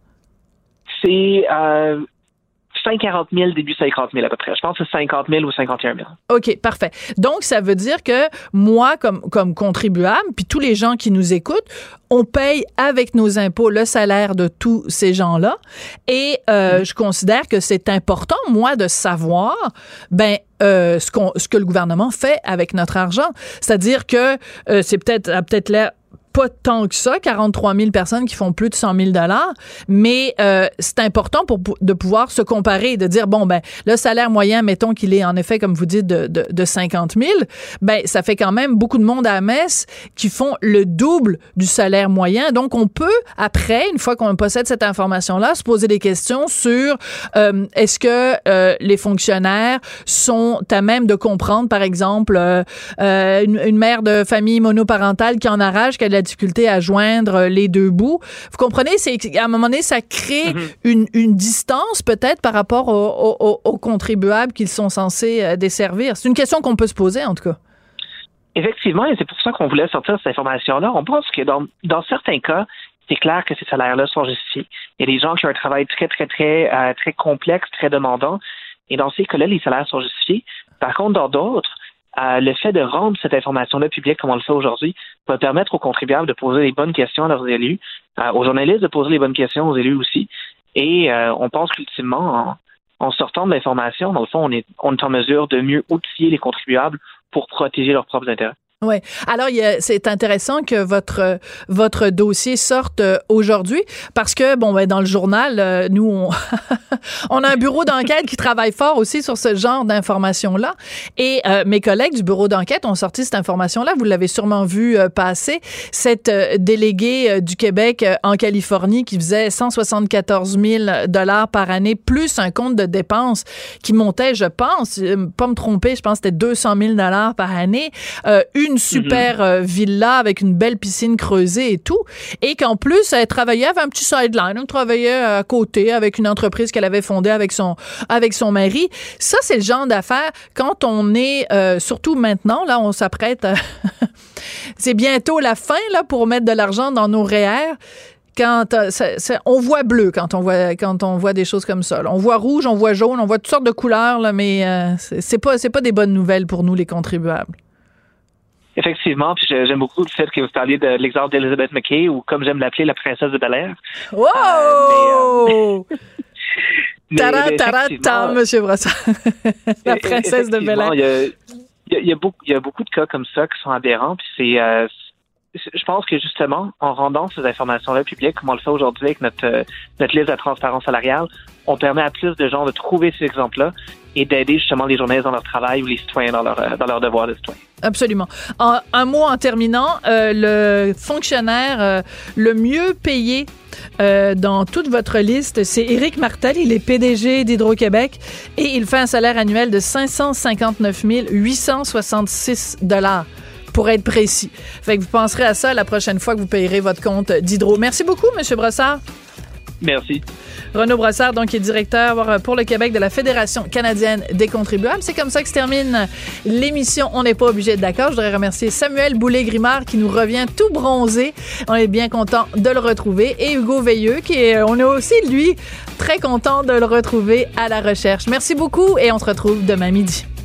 [SPEAKER 7] C'est... Euh... quarante mille, début cinquante mille à peu près. Je pense que c'est cinquante mille ou cinquante et un mille.
[SPEAKER 3] OK, parfait. Donc, ça veut dire que moi, comme, comme contribuable, puis tous les gens qui nous écoutent, on paye avec nos impôts le salaire de tous ces gens-là. Et euh, mmh. je considère que c'est important, moi, de savoir, ben, euh, ce, qu'on, ce que le gouvernement fait avec notre argent. C'est-à-dire que euh, c'est peut-être, a peut-être l'air pas tant que ça, quarante-trois mille personnes qui font plus de cent mille dollars, mais euh, c'est important pour de pouvoir se comparer, de dire, bon, ben, le salaire moyen, mettons qu'il est en effet, comme vous dites, de, de, de cinquante mille, ben, ça fait quand même beaucoup de monde à la messe qui font le double du salaire moyen. Donc, on peut, après, une fois qu'on possède cette information-là, se poser des questions sur euh, est-ce que euh, les fonctionnaires sont à même de comprendre, par exemple, euh, euh, une, une mère de famille monoparentale qui en arrache, qui a de la difficulté à joindre les deux bouts. Vous comprenez? C'est, à un moment donné, ça crée mm-hmm. une, une distance peut-être par rapport aux, aux, aux contribuables qu'ils sont censés desservir. C'est une question qu'on peut se poser, en tout cas.
[SPEAKER 7] Effectivement, et c'est pour ça qu'on voulait sortir cette information-là. On pense que dans, dans certains cas, c'est clair que ces salaires-là sont justifiés. Il y a des gens qui ont un travail très, très, très, euh, très complexe, très demandant, et dans ces cas-là, les salaires sont justifiés. Par contre, dans d'autres, Euh, le fait de rendre cette information-là publique comme on le fait aujourd'hui va permettre aux contribuables de poser les bonnes questions à leurs élus, euh, aux journalistes de poser les bonnes questions aux élus aussi. Et euh, on pense qu'ultimement, en, en sortant de l'information, dans le fond, on est, on est en mesure de mieux outiller les contribuables pour protéger leurs propres intérêts.
[SPEAKER 3] Oui. Alors, il y a, c'est intéressant que votre votre dossier sorte euh, aujourd'hui parce que, bon, ben, dans le journal, euh, nous, on, on a un bureau d'enquête qui travaille fort aussi sur ce genre d'informations-là. Et euh, mes collègues du bureau d'enquête ont sorti cette information-là. Vous l'avez sûrement vu euh, passer. Cette euh, déléguée euh, du Québec euh, en Californie qui faisait cent soixante-quatorze mille dollars par année, plus un compte de dépenses qui montait, je pense, euh, pas me tromper, je pense que c'était deux cent mille dollars par année. Euh, une super euh, villa avec une belle piscine creusée et tout. Et qu'en plus, elle travaillait, avait un petit sideline, elle travaillait à côté avec une entreprise qu'elle avait fondée avec son, avec son mari. Ça, c'est le genre d'affaires, quand on est, euh, surtout maintenant, là, on s'apprête à c'est bientôt la fin, là, pour mettre de l'argent dans nos R E E R. Quand euh, c'est, c'est, on voit bleu quand on voit quand on voit des choses comme ça. Là. On voit rouge, on voit jaune, on voit toutes sortes de couleurs, là, mais euh, c'est, c'est pas c'est pas des bonnes nouvelles pour nous, les contribuables.
[SPEAKER 7] Effectivement, puis j'aime beaucoup le fait que vous parliez de l'exemple d'Elizabeth McKay, ou comme j'aime l'appeler, la princesse de Bel-Air.
[SPEAKER 3] Wow! Euh, mais, euh, tara, tara, tara, Monsieur Brassard. La princesse de Bel-Air.
[SPEAKER 7] Il y a, il y a, il y a beaucoup, il y a beaucoup de cas comme ça qui sont aberrants, puis c'est, euh, je pense que justement, en rendant ces informations-là publiques, comme on le fait aujourd'hui avec notre, euh, notre liste de transparence salariale, on permet à plus de gens de trouver ces exemples-là et d'aider justement les journalistes dans leur travail ou les citoyens dans leur, dans leur devoir de citoyen.
[SPEAKER 3] Absolument. En, un mot en terminant, euh, le fonctionnaire euh, le mieux payé euh, dans toute votre liste, c'est Éric Martel. Il est P D G d'Hydro-Québec et il fait un salaire annuel de cinq cent cinquante-neuf mille huit cent soixante-six dollars. Pour être précis. Fait que vous penserez à ça la prochaine fois que vous payerez votre compte d'Hydro. Merci beaucoup, M. Brassard.
[SPEAKER 7] Merci.
[SPEAKER 3] Renaud Brassard, donc, qui est directeur pour le Québec de la Fédération canadienne des contribuables. C'est comme ça que se termine l'émission On n'est pas obligé d'être d'accord. Je voudrais remercier Samuel Boulay-Grimard qui nous revient tout bronzé. On est bien content de le retrouver. Et Hugo Veilleux, qui est, on est aussi, lui, très content de le retrouver à la recherche. Merci beaucoup et on se retrouve demain midi.